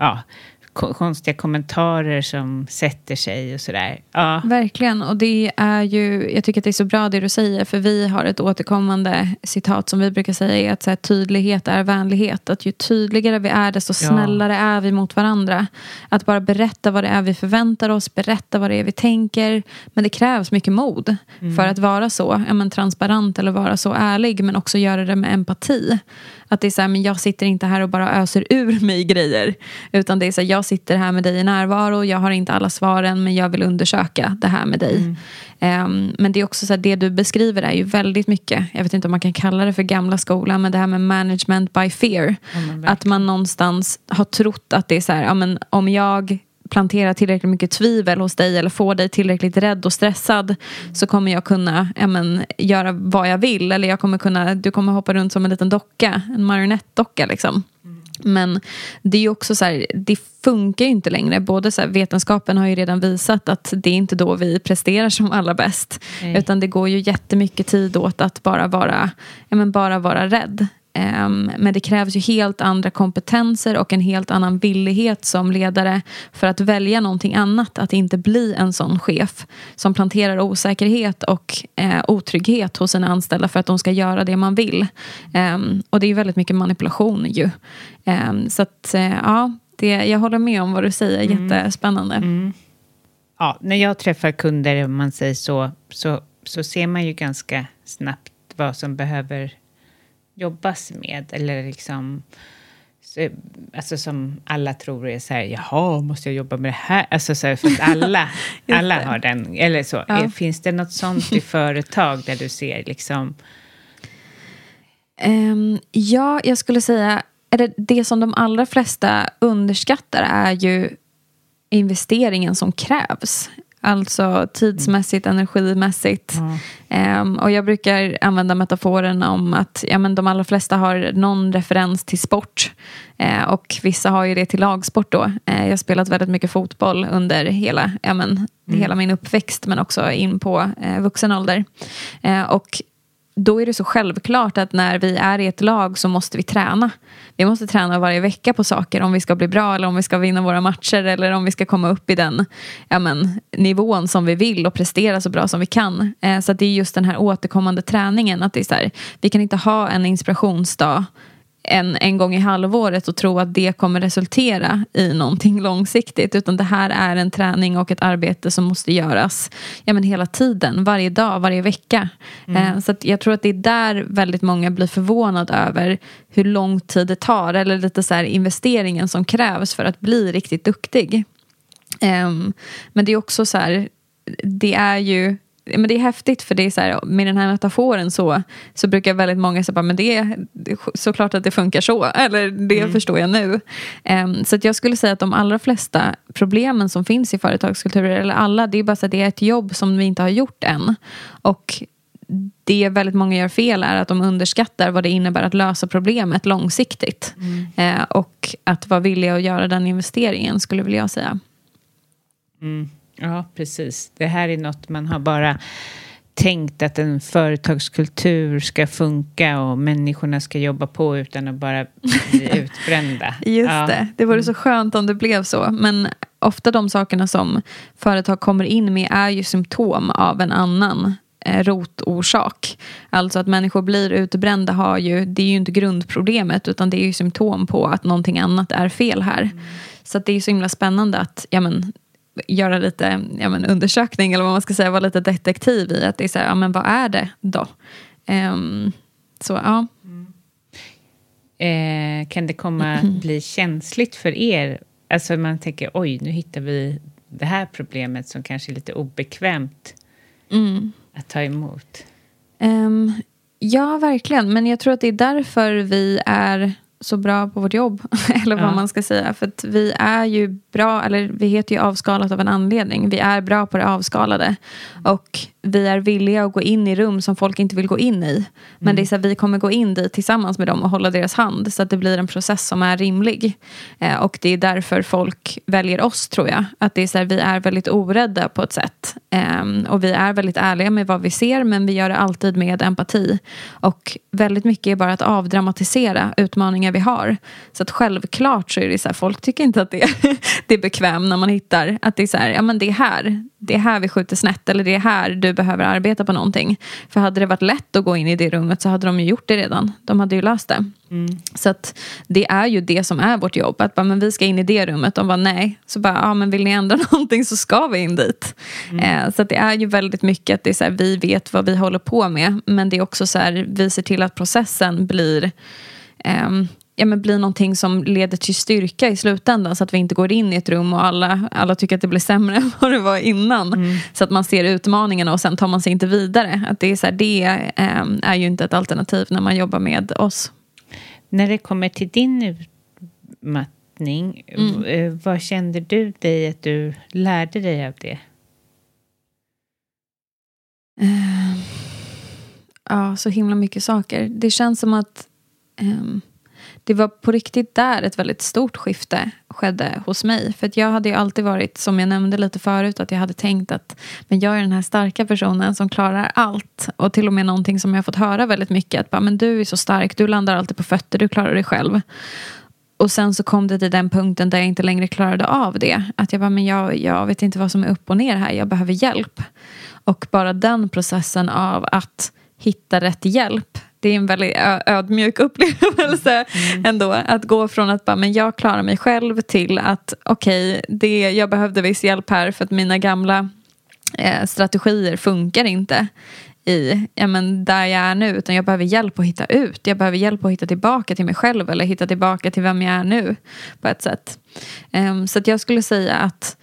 konstiga kommentarer som sätter sig och sådär. Ja. Verkligen, och det är ju, jag tycker att det är så bra det du säger, för vi har ett återkommande citat som vi brukar säga är att så här, tydlighet är vänlighet. Att ju tydligare vi är, desto snällare är vi mot varandra. Att bara berätta vad det är vi förväntar oss, berätta vad det är vi tänker. Men det krävs mycket mod för att vara så transparent eller vara så ärlig, men också göra det med empati. Att det är så här, men jag sitter inte här och bara öser ur mig grejer. Utan det är så här, jag sitter här med dig i närvaro. Jag har inte alla svaren, men jag vill undersöka det här med dig. Men det är också så här, det du beskriver är ju väldigt mycket. Jag vet inte om man kan kalla det för gamla skolan. Men det här med management by fear. Att man någonstans har trott att det är så här, om jag plantera tillräckligt mycket tvivel hos dig eller få dig tillräckligt rädd och stressad, så kommer jag kunna göra vad jag vill, eller du kommer hoppa runt som en liten docka, en marionettdocka liksom. Men det är ju också så här, det funkar ju inte längre. Både så här, vetenskapen har ju redan visat att det är inte då vi presterar som allra bäst. Utan det går ju jättemycket tid åt att bara vara rädd. Men det krävs ju helt andra kompetenser och en helt annan villighet som ledare för att välja någonting annat, att inte bli en sån chef som planterar osäkerhet och otrygghet hos sina anställda för att de ska göra det man vill. Och det är ju väldigt mycket manipulation ju. Så att jag håller med om vad du säger, jättespännande. Ja, när jag träffar kunder, om man säger så ser man ju ganska snabbt vad som behöver jobbas med, eller liksom alltså som alla tror är så här, jaha, måste jag jobba med det här? Alltså så här, för att alla har den, eller så. Ja. Finns det något sånt i företag där du ser liksom? Ja, jag skulle säga, det som de allra flesta underskattar är ju investeringen som krävs. Alltså tidsmässigt, energimässigt. Och jag brukar använda metaforen om att de allra flesta har någon referens till sport. Och vissa har ju det till lagsport då. Jag har spelat väldigt mycket fotboll under hela min uppväxt, men också in på vuxen ålder. Och då är det så självklart att när vi är i ett lag så måste vi träna. Vi måste träna varje vecka på saker om vi ska bli bra, eller om vi ska vinna våra matcher, eller om vi ska komma upp i den nivån som vi vill och prestera så bra som vi kan. Så att det är just den här återkommande träningen, att det är så här, vi kan inte ha en inspirationsdag en gång i halvåret och tro att det kommer resultera i någonting långsiktigt, utan det här är en träning och ett arbete som måste göras hela tiden, varje dag, varje vecka. Så att jag tror att det är där väldigt många blir förvånade över hur lång tid det tar, eller lite så här investeringen som krävs för att bli riktigt duktig. Men det är också så här, det är ju, men det är häftigt, för det är så här, med den här metaforen så brukar väldigt många säga, men det är såklart att det funkar så, eller det förstår jag nu. Så att jag skulle säga att de allra flesta problemen som finns i företagskulturer, eller alla, det är bara så att det är ett jobb som vi inte har gjort än. Och det väldigt många gör fel är att de underskattar vad det innebär att lösa problemet långsiktigt. Och att vara villiga att göra den investeringen, skulle vilja säga. Ja, precis. Det här är något man har bara tänkt att en företagskultur ska funka och människorna ska jobba på utan att bara bli utbrända. Just det vore så skönt om det blev så. Men ofta de sakerna som företag kommer in med är ju symptom av en annan rotorsak. Alltså att människor blir utbrända det är ju inte grundproblemet, utan det är ju symptom på att någonting annat är fel här. Så att det är ju så himla spännande att göra lite undersökning, eller vad man ska säga, vara lite detektiv i att det är så här, vad är det då? Så ja. Kan det bli känsligt för er? Alltså man tänker, oj, nu hittar vi det här problemet som kanske är lite obekvämt att ta emot. Ja, verkligen. Men jag tror att det är därför vi är så bra på vårt jobb, eller vad man ska säga. För att vi är ju bra, eller vi heter ju avskalat av en anledning. Vi är bra på det avskalade. Och vi är villiga att gå in i rum som folk inte vill gå in i. Men det är så här, vi kommer gå in dit tillsammans med dem och hålla deras hand. Så att det blir en process som är rimlig. Och det är därför folk väljer oss, tror jag. Att det är så här, vi är väldigt orädda på ett sätt. Och vi är väldigt ärliga med vad vi ser. Men vi gör det alltid med empati. Och väldigt mycket är bara att avdramatisera utmaningar vi har. Så att självklart så är det så här, folk tycker inte att det är bekvämt när man hittar att det är så här, ja men det är här vi skjuter snett, eller det är här du behöver arbeta på någonting. För hade det varit lätt att gå in i det rummet så hade de ju gjort det redan. De hade ju löst det. Så att det är ju det som är vårt jobb. Att bara, men vi ska in i det rummet. De bara nej. Så bara, ja men vill ni ändra någonting så ska vi in dit. Så att det är ju väldigt mycket att det är så här, vi vet vad vi håller på med. Men det är också så här, vi ser till att processen blir blir någonting som leder till styrka i slutändan, så att vi inte går in i ett rum och alla tycker att det blir sämre än vad det var innan. Så att man ser utmaningarna och sen tar man sig inte vidare. Att det är så här, det är ju inte ett alternativ när man jobbar med oss. När det kommer till din utmattning, vad kände du dig att du lärde dig av det? Ja, så himla mycket saker. Det känns som att det var på riktigt där ett väldigt stort skifte skedde hos mig. För att jag hade ju alltid varit, som jag nämnde lite förut, att jag hade tänkt att men jag är den här starka personen som klarar allt. Och till och med någonting som jag har fått höra väldigt mycket. Att bara, men du är så stark, du landar alltid på fötter, du klarar dig själv. Och sen så kom det till den punkten där jag inte längre klarade av det. Att jag bara, men jag vet inte vad som är upp och ner här, jag behöver hjälp. Och bara den processen av att hitta rätt hjälp, det är en väldigt ödmjuk upplevelse ändå. Att gå från att bara, men jag klarar mig själv till att jag behövde viss hjälp här för att mina gamla strategier funkar inte där jag är nu, utan jag behöver hjälp att hitta ut. Jag behöver hjälp att hitta tillbaka till mig själv, eller hitta tillbaka till vem jag är nu på ett sätt. Så att jag skulle säga att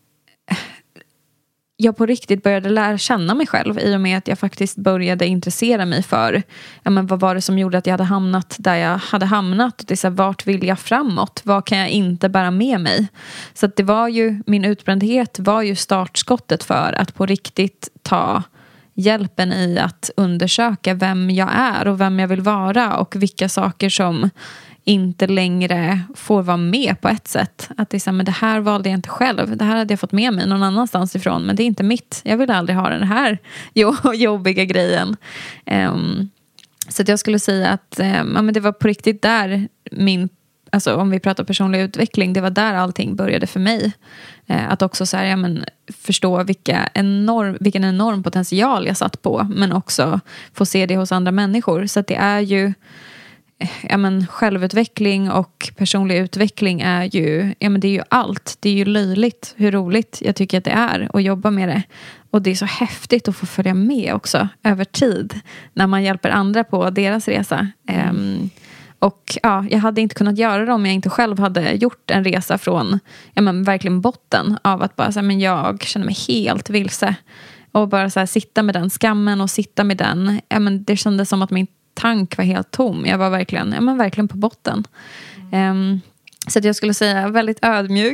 jag på riktigt började lära känna mig själv i och med att jag faktiskt började intressera mig för vad var det som gjorde att jag hade hamnat där jag hade hamnat. Det är så här, vart vill jag framåt? Vad kan jag inte bära med mig? Så att det var ju, min utbrändhet var ju startskottet för att på riktigt ta hjälpen i att undersöka vem jag är och vem jag vill vara och vilka saker som inte längre får vara med på ett sätt. Att det är så här, men det här valde jag inte själv. Det här hade jag fått med mig någon annanstans ifrån. Men det är inte mitt. Jag vill aldrig ha den här jobbiga grejen. Så att jag skulle säga att men det var på riktigt där om vi pratar personlig utveckling, det var där allting började för mig. Att också så här, förstå vilken enorm potential jag satt på. Men också få se det hos andra människor. Så att det är ju självutveckling och personlig utveckling är ju, det är ju allt. Det är ju löjligt hur roligt jag tycker att det är att jobba med det. Och det är så häftigt att få följa med också över tid när man hjälper andra på deras resa. Och jag hade inte kunnat göra det om jag inte själv hade gjort en resa från verkligen botten av att bara men jag känner mig helt vilse. Och bara så här, sitta med den skammen och sitta med den. Det kändes som att min tank var helt tom. Jag var verkligen på botten. Så att jag skulle säga väldigt ödmjuk.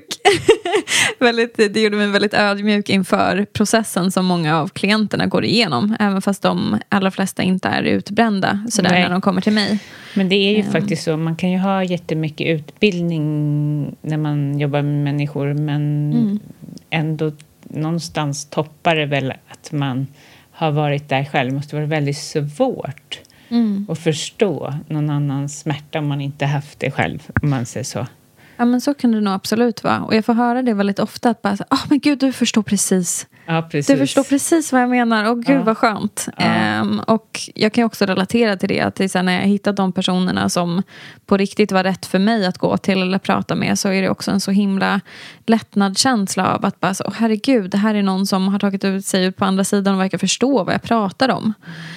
Det gjorde mig väldigt ödmjuk inför processen som många av klienterna går igenom. Även fast de allra flesta inte är utbrända sådär när de kommer till mig. Men det är ju faktiskt så. Man kan ju ha jättemycket utbildning när man jobbar med människor. Men ändå någonstans toppar det väl att man har varit där själv. Det måste vara väldigt svårt att förstå någon annans smärta om man inte haft det själv, om man säger så. Ja, men så kan det nog absolut vara. Och jag får höra det väldigt ofta att bara, men gud, du förstår precis. Ja, precis. Du förstår precis vad jag menar. Och gud, vad skönt. Och jag kan också relatera till det. Att det är så här, när jag hittat de personerna som på riktigt var rätt för mig att gå till eller prata med, så är det också en så himla lättnadskänsla av att bara så, herregud, det här är någon som har tagit ut sig ut på andra sidan och verkar förstå vad jag pratar om.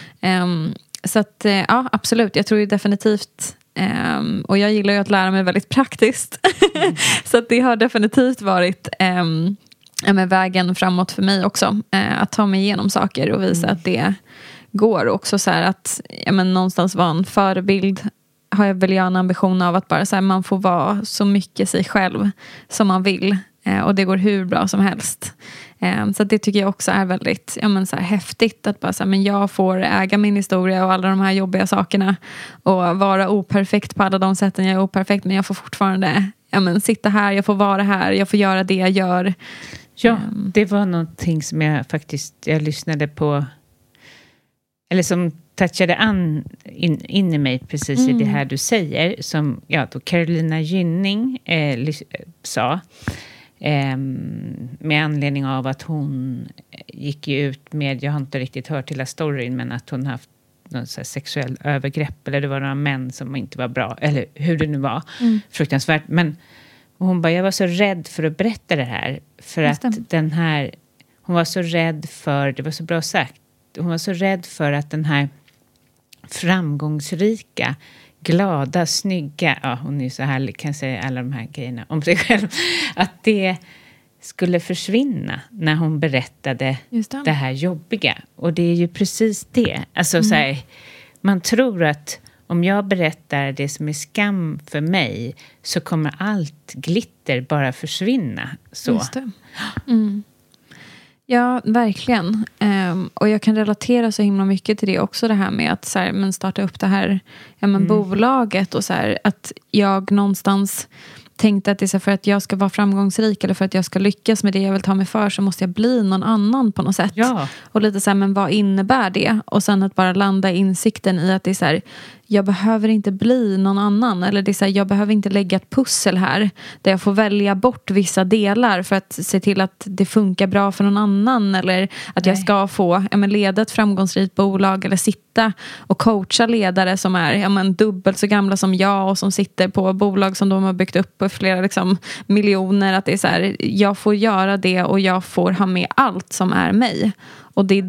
Så att, absolut. Jag tror ju definitivt... och jag gillar ju att lära mig väldigt praktiskt. Så att det har definitivt varit vägen framåt för mig också. Att ta mig igenom saker och visa att det går. Också så här att någonstans vara en förebild. Har jag väl en ambition av att bara så här, man får vara så mycket sig själv som man vill. Och det går hur bra som helst. Så det tycker jag också är väldigt så här, häftigt. Att bara så här, men jag får äga min historia och alla de här jobbiga sakerna. Och vara operfekt på alla de sätten jag är operfekt. Men jag får fortfarande sitta här, jag får vara här, jag får göra det jag gör. Ja, det var någonting som jag lyssnade på. Eller som touchade in i mig precis i det här du säger. Som då Carolina Gynning sa. Med anledning av att hon gick ut med, jag har inte riktigt hört hela storyn, men att hon haft någon så här sexuell övergrepp. Eller det var några män som inte var bra. Eller hur det nu var. Fruktansvärt. Men hon bara, jag var så rädd för att berätta det här. För att hon var så rädd för, det var så bra sagt. Hon var så rädd för att den här framgångsrika, glada, snygga, hon är ju så härlig, kan säga alla de här grejerna om sig själv, att det skulle försvinna när hon berättade det här jobbiga. Och det är ju precis det. Alltså så här, man tror att om jag berättar det som är skam för mig så kommer allt glitter bara försvinna. Så. Just det. Ja, verkligen. Och jag kan relatera så himla mycket till det också. Det här med att så här, starta upp det här bolaget. Och så här, att jag någonstans tänkte att det är så för att jag ska vara framgångsrik. Eller för att jag ska lyckas med det jag vill ta mig för. Så måste jag bli någon annan på något sätt. Ja. Och lite så här, men vad innebär det? Och sen att bara landa i insikten i att det är så här, jag behöver inte bli någon annan. Eller det är så här, jag behöver inte lägga ett pussel här. Där jag får välja bort vissa delar. För att se till att det funkar bra för någon annan. Eller att jag ska få leda ett framgångsrikt bolag. Eller sitta och coacha ledare som är dubbelt så gamla som jag. Och som sitter på bolag som de har byggt upp på flera miljoner. Att det är så här, jag får göra det. Och jag får ha med allt som är mig. Och det är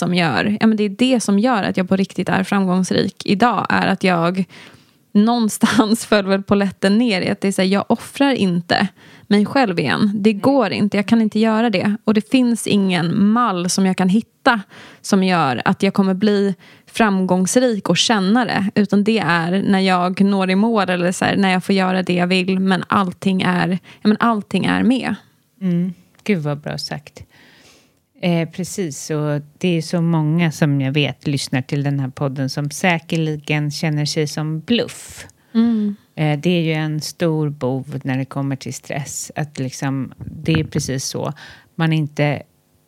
det som gör att jag på riktigt är framgångsrik idag. Är att jag någonstans föll väl på lätten ner i att det är så här, jag offrar inte mig själv igen. Det går inte, jag kan inte göra det. Och det finns ingen mall som jag kan hitta som gör att jag kommer bli framgångsrik och känna det. Utan det är när jag når i mål eller så här, när jag får göra det jag vill. Men allting är med. Gud vad bra sagt. Precis, och det är så många som jag vet lyssnar till den här podden som säkerligen känner sig som bluff. Det är ju en stor bov när det kommer till stress. Att det är precis så. Man inte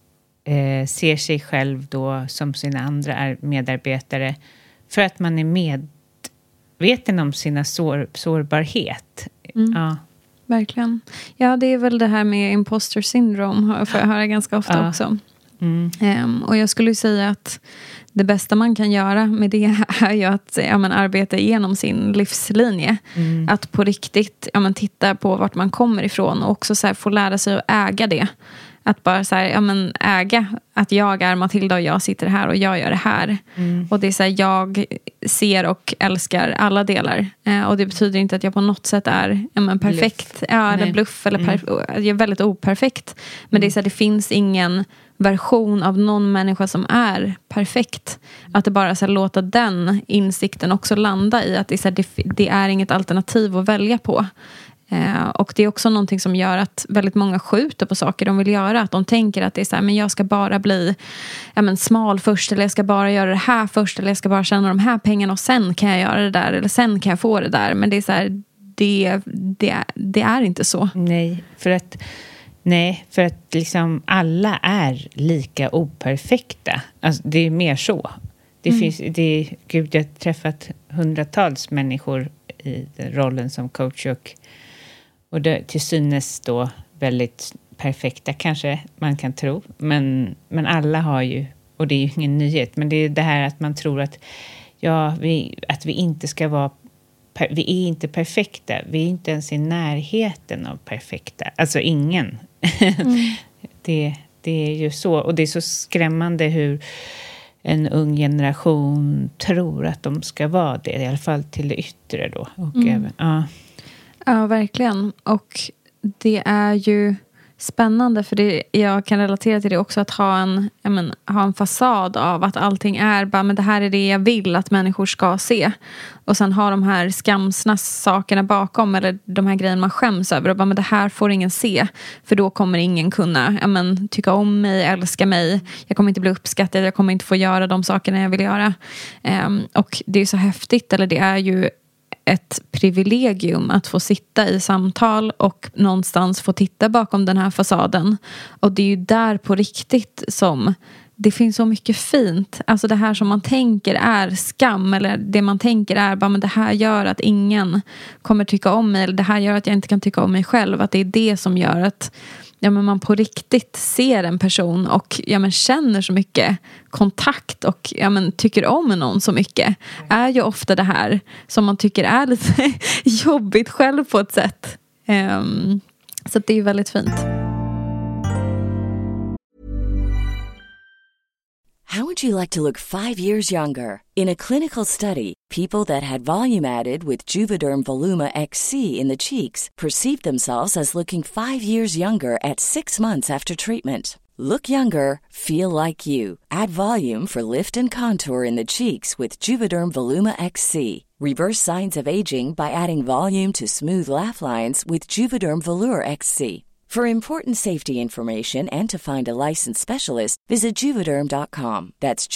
ser sig själv då som sina andra medarbetare. För att man är medveten om sina sårbarhet. Ja. Verkligen. Ja, det är väl det här med imposter syndrome får jag höra ganska ofta också. Och jag skulle säga att det bästa man kan göra med det är ju att arbeta igenom sin livslinje. Att på riktigt titta på vart man kommer ifrån och också så här, få lära sig att äga det. Att bara så här, äga att jag är Matilda och jag sitter här och jag gör det här. Och det är så här, jag ser och älskar alla delar. Och det betyder inte att jag på något sätt är perfekt. Bluff. Ja, eller bluff. Eller jag är väldigt operfekt. Men det är så här, det finns ingen version av någon människa som är perfekt. Att det bara så här, låta den insikten också landa i att det är, så här, det är inget alternativ att välja på. Och det är också någonting som gör att väldigt många skjuter på saker de vill göra. Att de tänker att det är så här, men jag ska bara bli smal först. Eller jag ska bara göra det här först. Eller jag ska bara tjäna de här pengarna och sen kan jag göra det där. Eller sen kan jag få det där. Men det är så här, det är inte så. Nej, för att alla är lika operfekta. Alltså, det är mer så. Gud, jag har träffat hundratals människor i rollen som coach och det till synes då väldigt perfekta kanske man kan tro. Men alla har ju, och det är ju ingen nyhet, men det är det här att man tror att vi inte ska vara, vi är inte perfekta. Vi är inte ens i närheten av perfekta. Alltså ingen. Det är ju så. Och det är så skrämmande hur en ung generation tror att de ska vara det. I alla fall till det yttre då. Och även, Ja, verkligen. Och det är ju spännande, för jag kan relatera till det också, att ha en fasad av att allting är bara, men det här är det jag vill att människor ska se, och sen ha de här skamsna sakerna bakom, eller de här grejerna man skäms över, och bara, men det här får ingen se, för då kommer ingen kunna tycka om mig, älska mig, jag kommer inte bli uppskattad, jag kommer inte få göra de sakerna jag vill göra. Och det är så häftigt, eller det är ju ett privilegium att få sitta i samtal och någonstans få titta bakom den här fasaden. Och det är ju där på riktigt som det finns så mycket fint. Alltså det här som man tänker är skam, eller det man tänker är bara, men det här gör att ingen kommer tycka om mig, eller det här gör att jag inte kan tycka om mig själv. Att det är det som gör att men man på riktigt ser en person och känner så mycket kontakt och tycker om någon så mycket, är ju ofta det här som man tycker är lite jobbigt själv på ett sätt. Så det är ju väldigt fint. How would you like to look 5 years younger? In a clinical study, people that had volume added with Juvederm Voluma XC in the cheeks perceived themselves as looking 5 years younger at 6 months after treatment. Look younger, feel like you. Add volume for lift and contour in the cheeks with Juvederm Voluma XC. Reverse signs of aging by adding volume to smooth laugh lines with Juvederm Volure XC. For important safety information and to find a licensed specialist, visit Juvederm.com. That's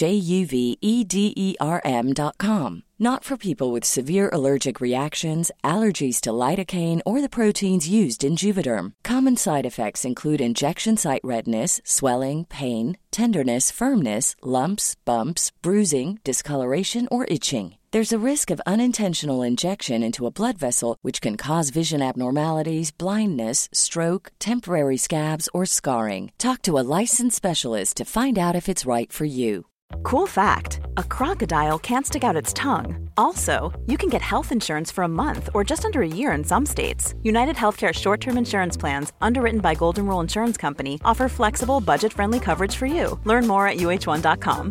JUVEDERM.com. Not for people with severe allergic reactions, allergies to lidocaine, or the proteins used in Juvederm. Common side effects include injection site redness, swelling, pain, tenderness, firmness, lumps, bumps, bruising, discoloration, or itching. There's a risk of unintentional injection into a blood vessel, which can cause vision abnormalities, blindness, stroke, temporary scabs, or scarring. Talk to a licensed specialist to find out if it's right for you. Cool fact, a crocodile can't stick out its tongue. Also, you can get health insurance for a month or just under a year in some states. United Healthcare short-term insurance plans, underwritten by Golden Rule Insurance Company, offer flexible, budget-friendly coverage for you. Learn more at uh1.com.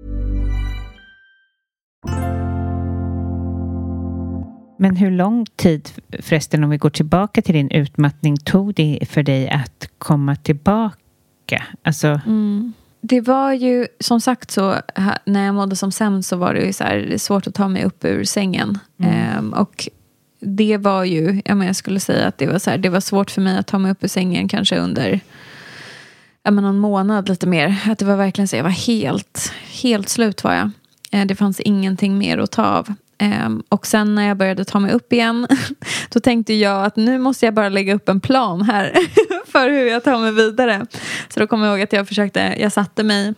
Men hur lång tid, förresten, om vi går tillbaka till din utmattning, tog det för dig att komma tillbaka? Alltså... Det var ju, som sagt, så när jag mådde som sämst så var det ju så här svårt att ta mig upp ur sängen. Och det var ju, jag skulle säga att det var så här, det var svårt för mig att ta mig upp ur sängen kanske under någon månad lite mer. Att det var verkligen så, jag var helt slut var jag. Det fanns ingenting mer att ta av. Och sen när jag började ta mig upp igen, då tänkte jag att nu måste jag bara lägga upp en plan här för hur jag tar mig vidare. Så då kommer jag ihåg att jag satte mig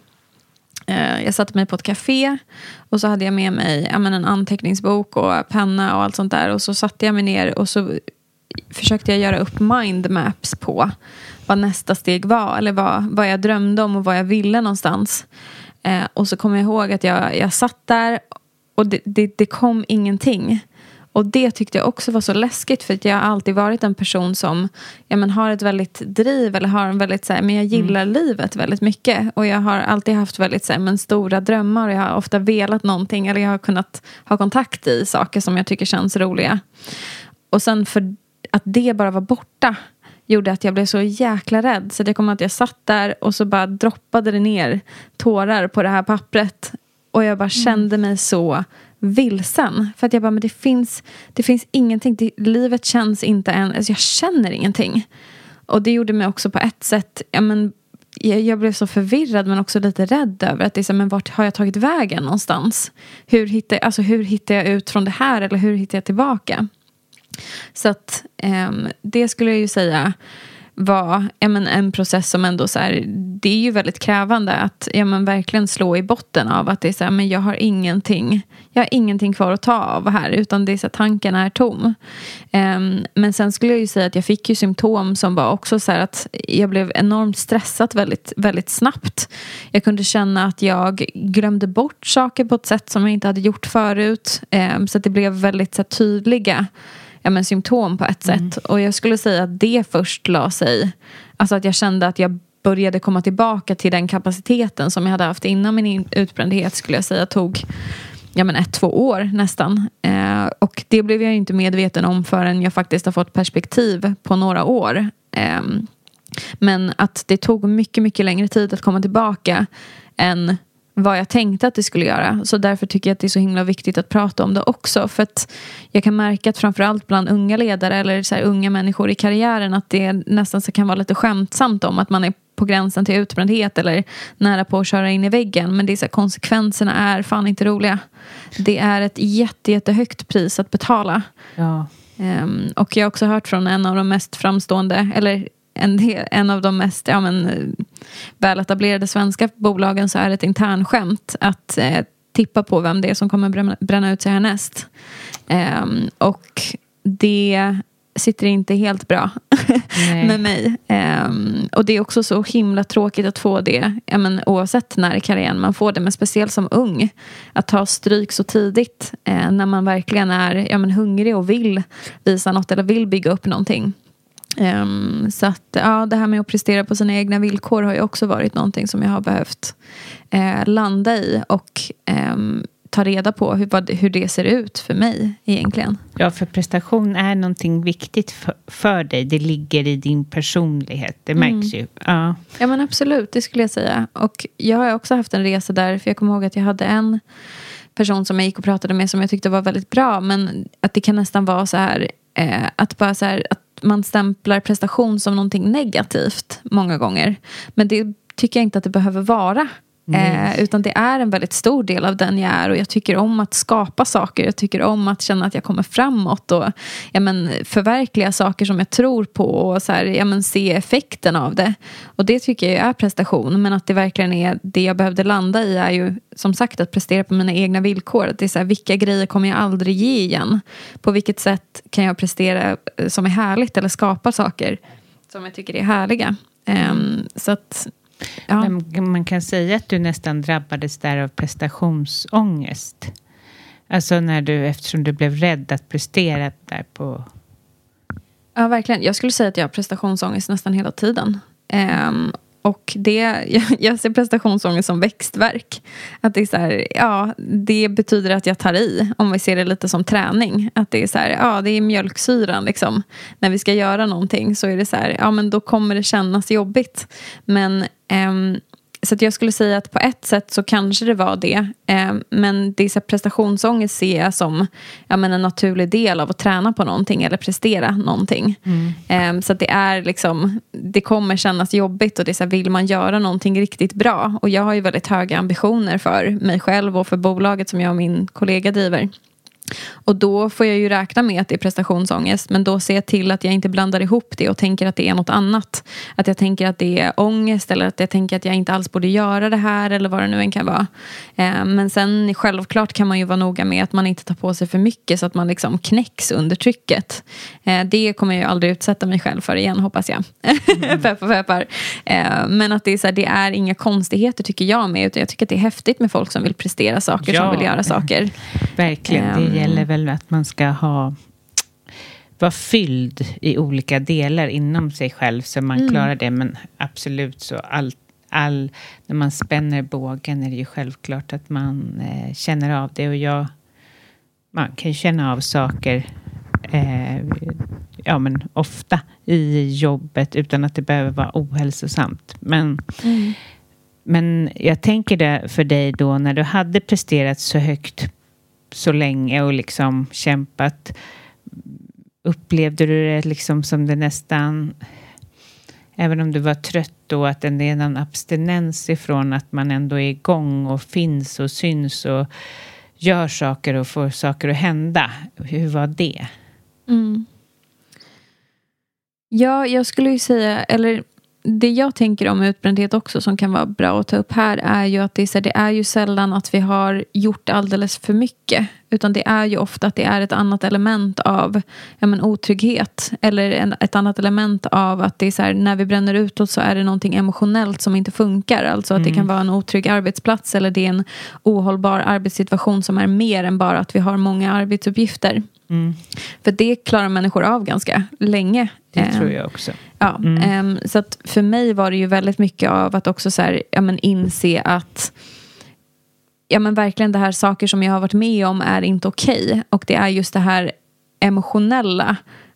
på ett café, och så hade jag med mig en anteckningsbok och penna och allt sånt där, och så satte jag mig ner och så försökte jag göra upp mindmaps på vad nästa steg var, eller vad jag drömde om och vad jag ville någonstans. Och så kommer jag ihåg att jag satt där och det kom ingenting. Och det tyckte jag också var så läskigt, för att jag har alltid varit en person som har ett väldigt driv, eller har en väldigt men jag gillar livet väldigt mycket, och jag har alltid haft väldigt stora drömmar, och jag har ofta velat någonting, eller jag har kunnat ha kontakt i saker som jag tycker känns roliga. Och sen för att det bara var borta gjorde att jag blev så jäkla rädd, så det kom att jag satt där och så bara droppade det ner tårar på det här pappret, och jag bara kände mig så vilsen, för att jag bara, men det finns ingenting, livet känns inte alltså jag känner ingenting. Och det gjorde mig också på ett sätt, jag blev så förvirrad, men också lite rädd över att det är så, men vart har jag tagit vägen någonstans? Hur hittar jag ut från det här, eller hur hittar jag tillbaka? Så att det skulle jag ju säga var en process som ändå så här, det är ju väldigt krävande att verkligen slå i botten av att det är så här, men jag har ingenting kvar att ta av här, utan det är så att tanken är tom. Men sen skulle jag ju säga att jag fick ju symptom som var också så här att jag blev enormt stressad väldigt, väldigt snabbt. Jag kunde känna att jag glömde bort saker på ett sätt som jag inte hade gjort förut, så att det blev väldigt så här, tydliga symptom på ett sätt. Och jag skulle säga att det först la sig, alltså att jag kände att jag började komma tillbaka till den kapaciteten som jag hade haft innan min utbrändhet, skulle jag säga tog 1-2 år nästan. Och det blev jag inte medveten om förrän jag faktiskt har fått perspektiv på några år. Men att det tog mycket, mycket längre tid att komma tillbaka än vad jag tänkte att det skulle göra. Så därför tycker jag att det är så himla viktigt att prata om det också. För att jag kan märka att framförallt bland unga ledare eller så här unga människor i karriären att det nästan så kan vara lite skämtsamt om att man är på gränsen till utbrändhet eller nära på att köra in i väggen. Men det är så här, konsekvenserna är fan inte roliga. Det är ett jättehögt pris att betala. Ja. Och jag har också hört från en av de mest framstående eller en av de mest väletablerade svenska bolagen, så är det ett internskämt att tippa på vem det är som kommer bränna ut sig härnäst. Och det sitter inte helt bra med mig. Och det är också så himla tråkigt att få det, oavsett när i karriären man får det, men speciellt som ung, att ta stryk så tidigt när man verkligen är hungrig och vill visa något eller vill bygga upp någonting. Så att det här med att prestera på sina egna villkor har ju också varit någonting som jag har behövt landa i och ta reda på hur det ser ut för mig egentligen. Ja, för prestation är någonting viktigt för dig. Det ligger i din personlighet. Det märks ju. Ja. Ja, men absolut, det skulle jag säga. Och jag har också haft en resa där, för jag kommer ihåg att jag hade en person som jag gick och pratade med som jag tyckte var väldigt bra, men att det kan nästan vara så här att bara så här, att man stämplar prestation som någonting negativt många gånger. Men det tycker jag inte att det behöver vara. Utan det är en väldigt stor del av den jag är, och jag tycker om att skapa saker, jag tycker om att känna att jag kommer framåt och förverkliga saker som jag tror på och så här, se effekten av det, och det tycker jag är prestation. Men att det verkligen är det jag behövde landa i är ju som sagt att prestera på mina egna villkor, att det är så här, vilka grejer kommer jag aldrig ge igen, på vilket sätt kan jag prestera som är härligt eller skapa saker som jag tycker är härliga. Så att ja. Men man kan säga att du nästan drabbades där av prestationsångest. Alltså eftersom du blev rädd att prestera där på... Ja, verkligen. Jag skulle säga att jag har prestationsångest nästan hela tiden. Och jag ser prestationsångest som växtverk. Att det är så här, det betyder att jag tar i. Om vi ser det lite som träning. Att det är så här, det är mjölksyran liksom. När vi ska göra någonting så är det så här, men då kommer det kännas jobbigt. Men så att jag skulle säga att på ett sätt så kanske det var det. Men det är så här, prestationsångest ser jag som en naturlig del av att träna på någonting eller prestera någonting. Så att det är liksom, det kommer kännas jobbigt, och det är så här, vill man göra någonting riktigt bra. Och jag har ju väldigt höga ambitioner för mig själv och för bolaget som jag och min kollega driver. Och då får jag ju räkna med att det är prestationsångest. Men då ser jag till att jag inte blandar ihop det och tänker att det är något annat. Att jag tänker att det är ångest, eller att jag tänker att jag inte alls borde göra det här, eller vad det nu än kan vara. Men sen självklart kan man ju vara noga med att man inte tar på sig för mycket så att man liksom knäcks under trycket. Det kommer jag ju aldrig utsätta mig själv för igen, hoppas jag. Peppar. Men att det är så här, det är inga konstigheter tycker jag med, utan jag tycker att det är häftigt med folk som vill prestera saker, som vill göra saker. Verkligen, det gäller väl att man ska vara fylld i olika delar inom sig själv så man klarar det. Men absolut, så när man spänner bågen är det ju självklart att man känner av det. Och man kan känna av saker men ofta i jobbet utan att det behöver vara ohälsosamt. Men jag tänker det för dig då, när du hade presterat så högt så länge och liksom kämpat, upplevde du det liksom som det nästan, även om du var trött då, att det är någon abstinens ifrån att man ändå är igång och finns och syns och gör saker och får saker att hända? Hur var det? Ja, jag skulle ju säga, eller det jag tänker om utbrändhet också som kan vara bra att ta upp här är ju att det är ju sällan att vi har gjort alldeles för mycket, utan det är ju ofta att det är ett annat element av otrygghet, eller ett annat element av att det är så här, när vi bränner utåt så är det någonting emotionellt som inte funkar, alltså att det kan vara en otrygg arbetsplats, eller det är en ohållbar arbetssituation som är mer än bara att vi har många arbetsuppgifter. För det klarar människor av ganska länge. Det tror jag också. Ja, så att för mig var det ju väldigt mycket av att också så här, inse att verkligen det här saker som jag har varit med om är inte okej. Och det är just det här emotionella,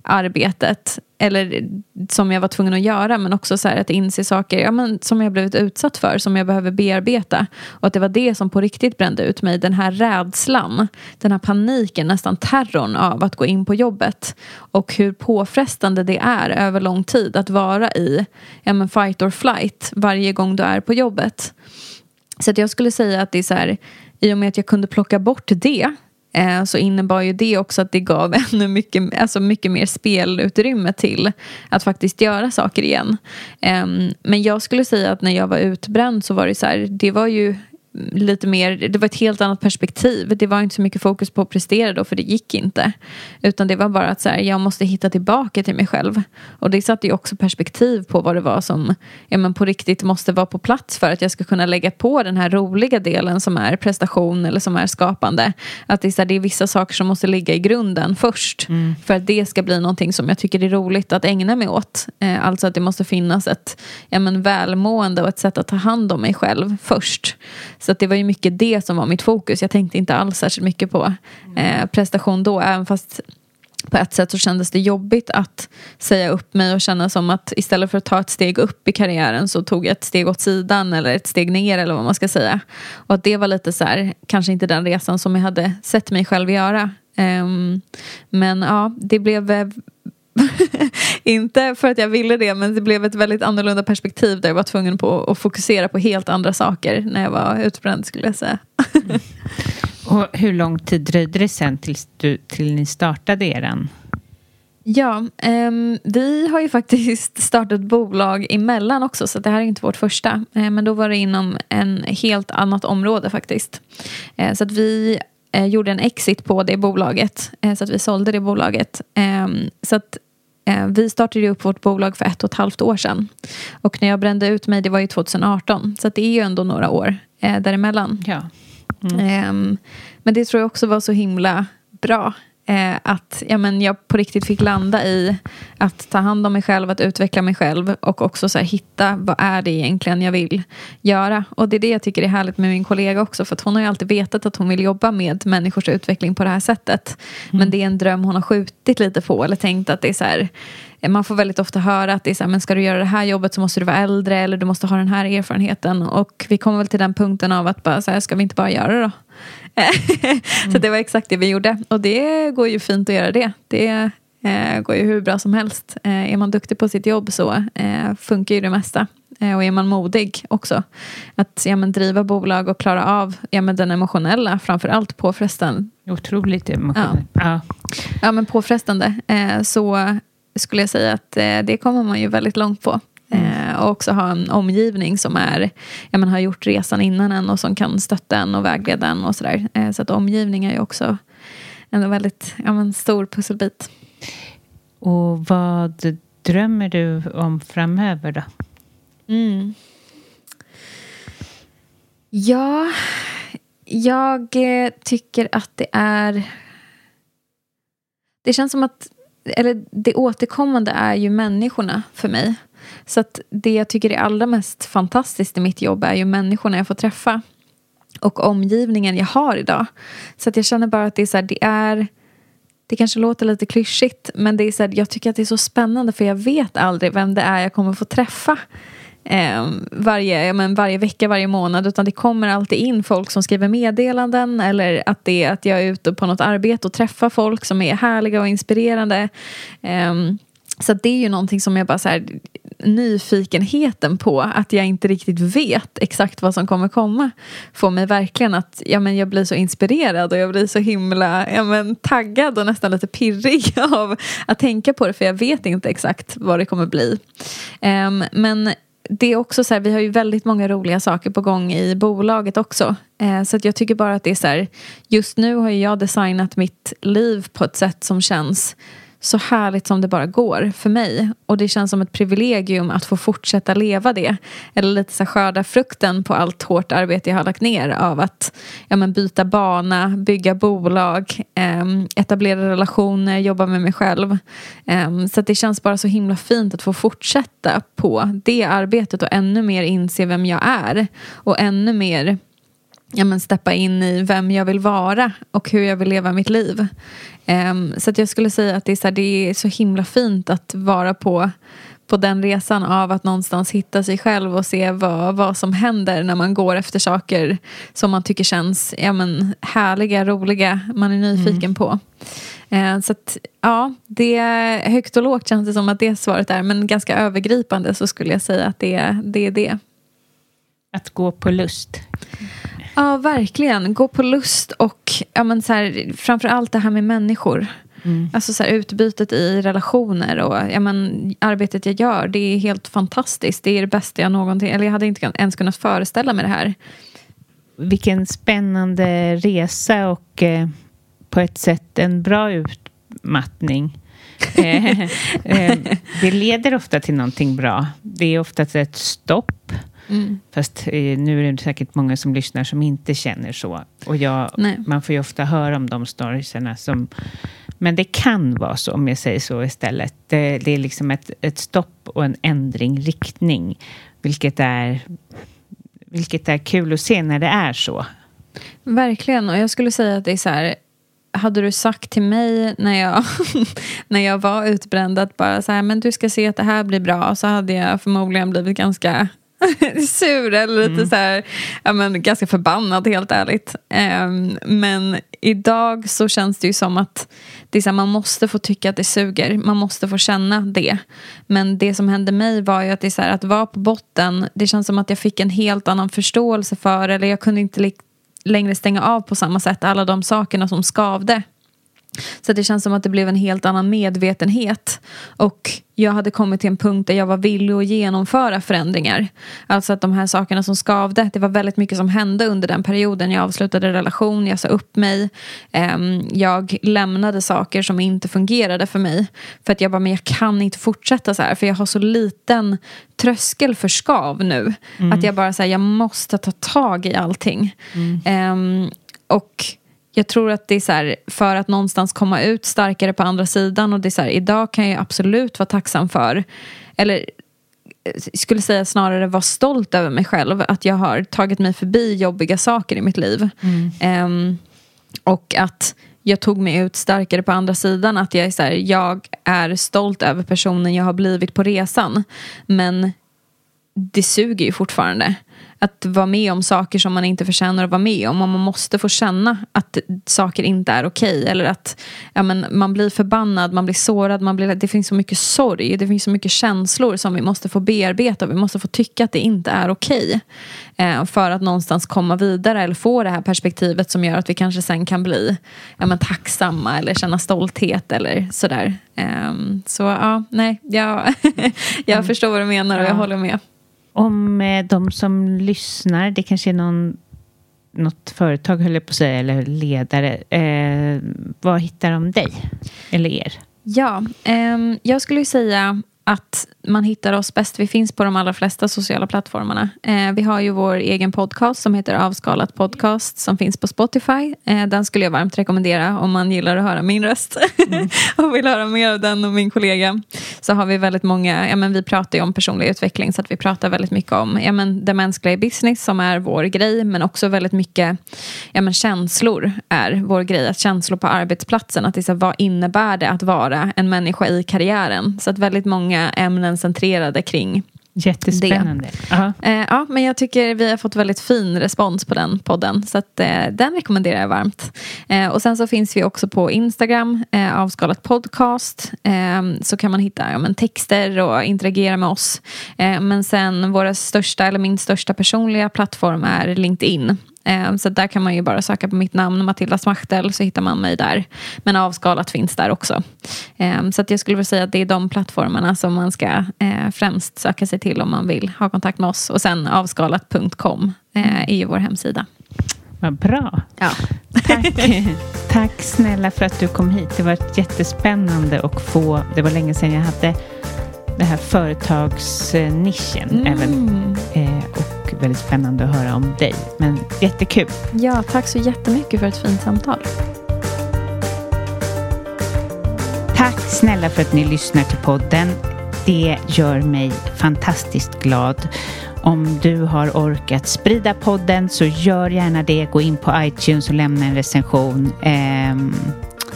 arbetet, eller som jag var tvungen att göra, men också så här att inse saker som jag blivit utsatt för, som jag behöver bearbeta, och att det var det som på riktigt brände ut mig, den här rädslan, den här paniken, nästan terrorn av att gå in på jobbet, och hur påfrestande det är över lång tid att vara i fight or flight varje gång du är på jobbet. Så att jag skulle säga att det är så här, i och med att jag kunde plocka bort det, så innebar ju det också att det gav ännu mycket mer spelutrymme till att faktiskt göra saker igen. Men jag skulle säga att när jag var utbränd så var det så här, det var ju lite mer, det var ett helt annat perspektiv. Det var inte så mycket fokus på att prestera då, för det gick inte. Utan det var bara att så här, jag måste hitta tillbaka till mig själv. Och det satte ju också perspektiv på vad det var som på riktigt måste vara på plats för att jag ska kunna lägga på den här roliga delen som är prestation eller som är skapande. Att det är, så här, det är vissa saker som måste ligga i grunden först. För att det ska bli någonting som jag tycker är roligt att ägna mig åt. Alltså att det måste finnas ett välmående och ett sätt att ta hand om mig själv först. Så att det var ju mycket det som var mitt fokus. Jag tänkte inte alls särskilt mycket på prestation då. Även fast på ett sätt så kändes det jobbigt att säga upp mig och känna som att istället för att ta ett steg upp i karriären så tog jag ett steg åt sidan eller ett steg ner eller vad man ska säga. Och att det var lite så här, kanske inte den resan som jag hade sett mig själv göra. Men ja, det blev... inte för att jag ville det, men det blev ett väldigt annorlunda perspektiv där jag var tvungen på att fokusera på helt andra saker när jag var utbränd, skulle jag säga. Och hur lång tid dröjde det sen till ni startade eran? Ja, vi har ju faktiskt startat bolag emellan också, så det här är inte vårt första. Men då var det inom en helt annat område faktiskt. Så att vi gjorde en exit på det bolaget, så att vi sålde det bolaget. Så att vi startade upp vårt bolag för 1,5 år sedan. Och när jag brände ut mig, det var ju 2018. Så att det är ju ändå några år däremellan. Ja. Men det tror jag också var så himla bra. Att jag på riktigt fick landa i att ta hand om mig själv, att utveckla mig själv och också så här, hitta vad är det egentligen jag vill göra. Och det är det jag tycker är härligt med min kollega också, för att hon har ju alltid vetat att hon vill jobba med människors utveckling på det här sättet. Men det är en dröm hon har skjutit lite på, eller tänkt att det är så här, man får väldigt ofta höra att det är så här, men ska du göra det här jobbet så måste du vara äldre eller du måste ha den här erfarenheten. Och vi kommer väl till den punkten av att bara så här, ska vi inte bara göra det då? Så det var exakt det vi gjorde. Och det går ju fint att göra det. Det går ju hur bra som helst. Är man duktig på sitt jobb så funkar ju det mesta. Och är man modig också. Att driva bolag och klara av den emotionella, framförallt påfrestande. Otroligt emotionellt. Ja, men påfrestande. Så skulle jag säga att det kommer man ju väldigt långt på. Och också ha en omgivning som är, har gjort resan innan en och som kan stötta en och vägleda en och sådär. Så att omgivning är ju också en väldigt stor pusselbit. Och vad drömmer du om framöver då? Ja, jag tycker att det känns som att, eller det återkommande är ju människorna för mig. Så att det jag tycker är allra mest fantastiskt i mitt jobb är ju människorna jag får träffa. Och omgivningen jag har idag. Så att jag känner bara att det är så här, det kanske låter lite klyschigt, men det är så här, jag tycker att det är så spännande, för jag vet aldrig vem det är jag kommer få träffa varje vecka, varje månad, utan det kommer alltid in folk som skriver meddelanden, eller att det är att jag är ute på något arbete och träffar folk som är härliga och inspirerande. Så det är ju någonting som jag bara så här, nyfikenheten på att jag inte riktigt vet exakt vad som kommer komma får mig verkligen att jag blir så inspirerad och jag blir så himla taggad och nästan lite pirrig av att tänka på det, för jag vet inte exakt vad det kommer bli. Men det är också så här, vi har ju väldigt många roliga saker på gång i bolaget också. Så att jag tycker bara att det är så här, just nu har jag designat mitt liv på ett sätt som känns så härligt som det bara går för mig. Och det känns som ett privilegium att få fortsätta leva det. Eller lite så skörda frukten på allt hårt arbete jag har lagt ner. Av att byta bana, bygga bolag, etablera relationer, jobba med mig själv. Så att det känns bara så himla fint att få fortsätta på det arbetet. Och ännu mer inse vem jag är. Och ännu mer steppa in i vem jag vill vara och hur jag vill leva mitt liv. Så att jag skulle säga att det är så himla fint att vara på den resan av att någonstans hitta sig själv och se vad som händer när man går efter saker som man tycker känns härliga, roliga, man är nyfiken på. Så att det är högt och lågt, känns det som att det svaret är, men ganska övergripande så skulle jag säga att det är det. Att gå på lust. Ja, verkligen. Gå på lust och framförallt det här med människor. Alltså så här, utbytet i relationer och arbetet jag gör, det är helt fantastiskt. Det är det bästa jag någonting, eller jag hade inte ens kunnat föreställa mig det här. Vilken spännande resa och på ett sätt en bra utmattning. Det leder ofta till någonting bra. Det är ofta ett stopp. Fast nu är det säkert många som lyssnar som inte känner så. Och man får ju ofta höra om de storiesarna som... Men det kan vara så, om jag säger så istället. Det är liksom ett stopp och en ändring, riktning. Vilket är kul att se när det är så. Verkligen, och jag skulle säga att det är så här... Hade du sagt till mig när jag var utbränd att bara så här, men du ska se att det här blir bra, så hade jag förmodligen blivit ganska sur eller lite så här, ganska förbannad, helt ärligt. Men idag så känns det ju som att det är så här, man måste få tycka att det suger, man måste få känna det. Men det som hände mig var ju att det är så här, att vara på botten, det känns som att jag fick en helt annan förståelse för, eller jag kunde inte längre stänga av på samma sätt alla de sakerna som skavde. Så det känns som att det blev en helt annan medvetenhet. Och jag hade kommit till en punkt där jag var villig att genomföra förändringar. Alltså att de här sakerna som skavde, det var väldigt mycket som hände under den perioden. Jag avslutade relation, jag sa upp mig. Jag lämnade saker som inte fungerade för mig. För att jag bara, men jag kan inte fortsätta så här. För jag har så liten tröskel för skav nu. Att jag bara säger, jag måste ta tag i allting. Och... Jag tror att det är så här, för att någonstans komma ut starkare på andra sidan. Och det är så här, idag kan jag absolut vara tacksam för, eller skulle säga snarare vara stolt över mig själv. Att jag har tagit mig förbi jobbiga saker i mitt liv. Och att jag tog mig ut starkare på andra sidan. Att jag är så här, jag är stolt över personen jag har blivit på resan. Men det suger ju fortfarande. Att vara med om saker som man inte förtjänar att vara med om. Och man måste få känna att saker inte är okej. Eller att man blir förbannad, man blir sårad. Det finns så mycket sorg. Det finns så mycket känslor som vi måste få bearbeta. Vi måste få tycka att det inte är okej. För att någonstans komma vidare. Eller få det här perspektivet som gör att vi kanske sen kan bli tacksamma. Eller känna stolthet eller sådär. Jag förstår vad du menar och jag håller med. Om de som lyssnar, det kanske är något företag höll jag på att säga, eller ledare, vad hittar de dig eller er? Ja, jag skulle ju säga att man hittar oss bäst. Vi finns på de allra flesta sociala plattformarna. Vi har ju vår egen podcast som heter Avskalat podcast som finns på Spotify. Den skulle jag varmt rekommendera om man gillar att höra min röst och vill höra mer av den och min kollega. Så har vi väldigt många, vi pratar ju om personlig utveckling, så att vi pratar väldigt mycket om det mänskliga i business som är vår grej, men också väldigt mycket känslor är vår grej. Att känslor på arbetsplatsen, att det är så, vad innebär det att vara en människa i karriären? Så att väldigt många ämnen centrerade kring jättespännande. Ja, men jag tycker vi har fått väldigt fin respons på den podden, så att den rekommenderar jag varmt. Och sen så finns vi också på Instagram, Avskalat podcast, så kan man hitta texter och interagera med oss. Men sen min största personliga plattform är LinkedIn. Så där kan man ju bara söka på mitt namn, Matilda Smachtel, så hittar man mig där. Men Avskalat finns där också. Så att jag skulle vilja säga att det är de plattformarna som man ska främst söka sig till om man vill ha kontakt med oss. Och sen avskalat.com är ju vår hemsida. Vad bra. Ja. Tack snälla för att du kom hit. Det var jättespännande att få. Det var länge sedan jag hade det här företagsnischen även. Och väldigt spännande att höra om dig. Men jättekul. Ja, tack så jättemycket för ett fint samtal. Tack snälla för att ni lyssnar till podden. Det gör mig fantastiskt glad. om du har orkat sprida podden så gör gärna det. Gå in på iTunes och lämna en recension.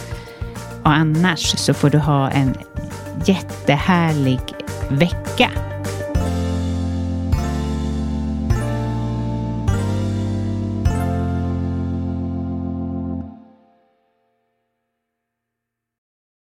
Och annars så får du ha en jättehärlig vecka.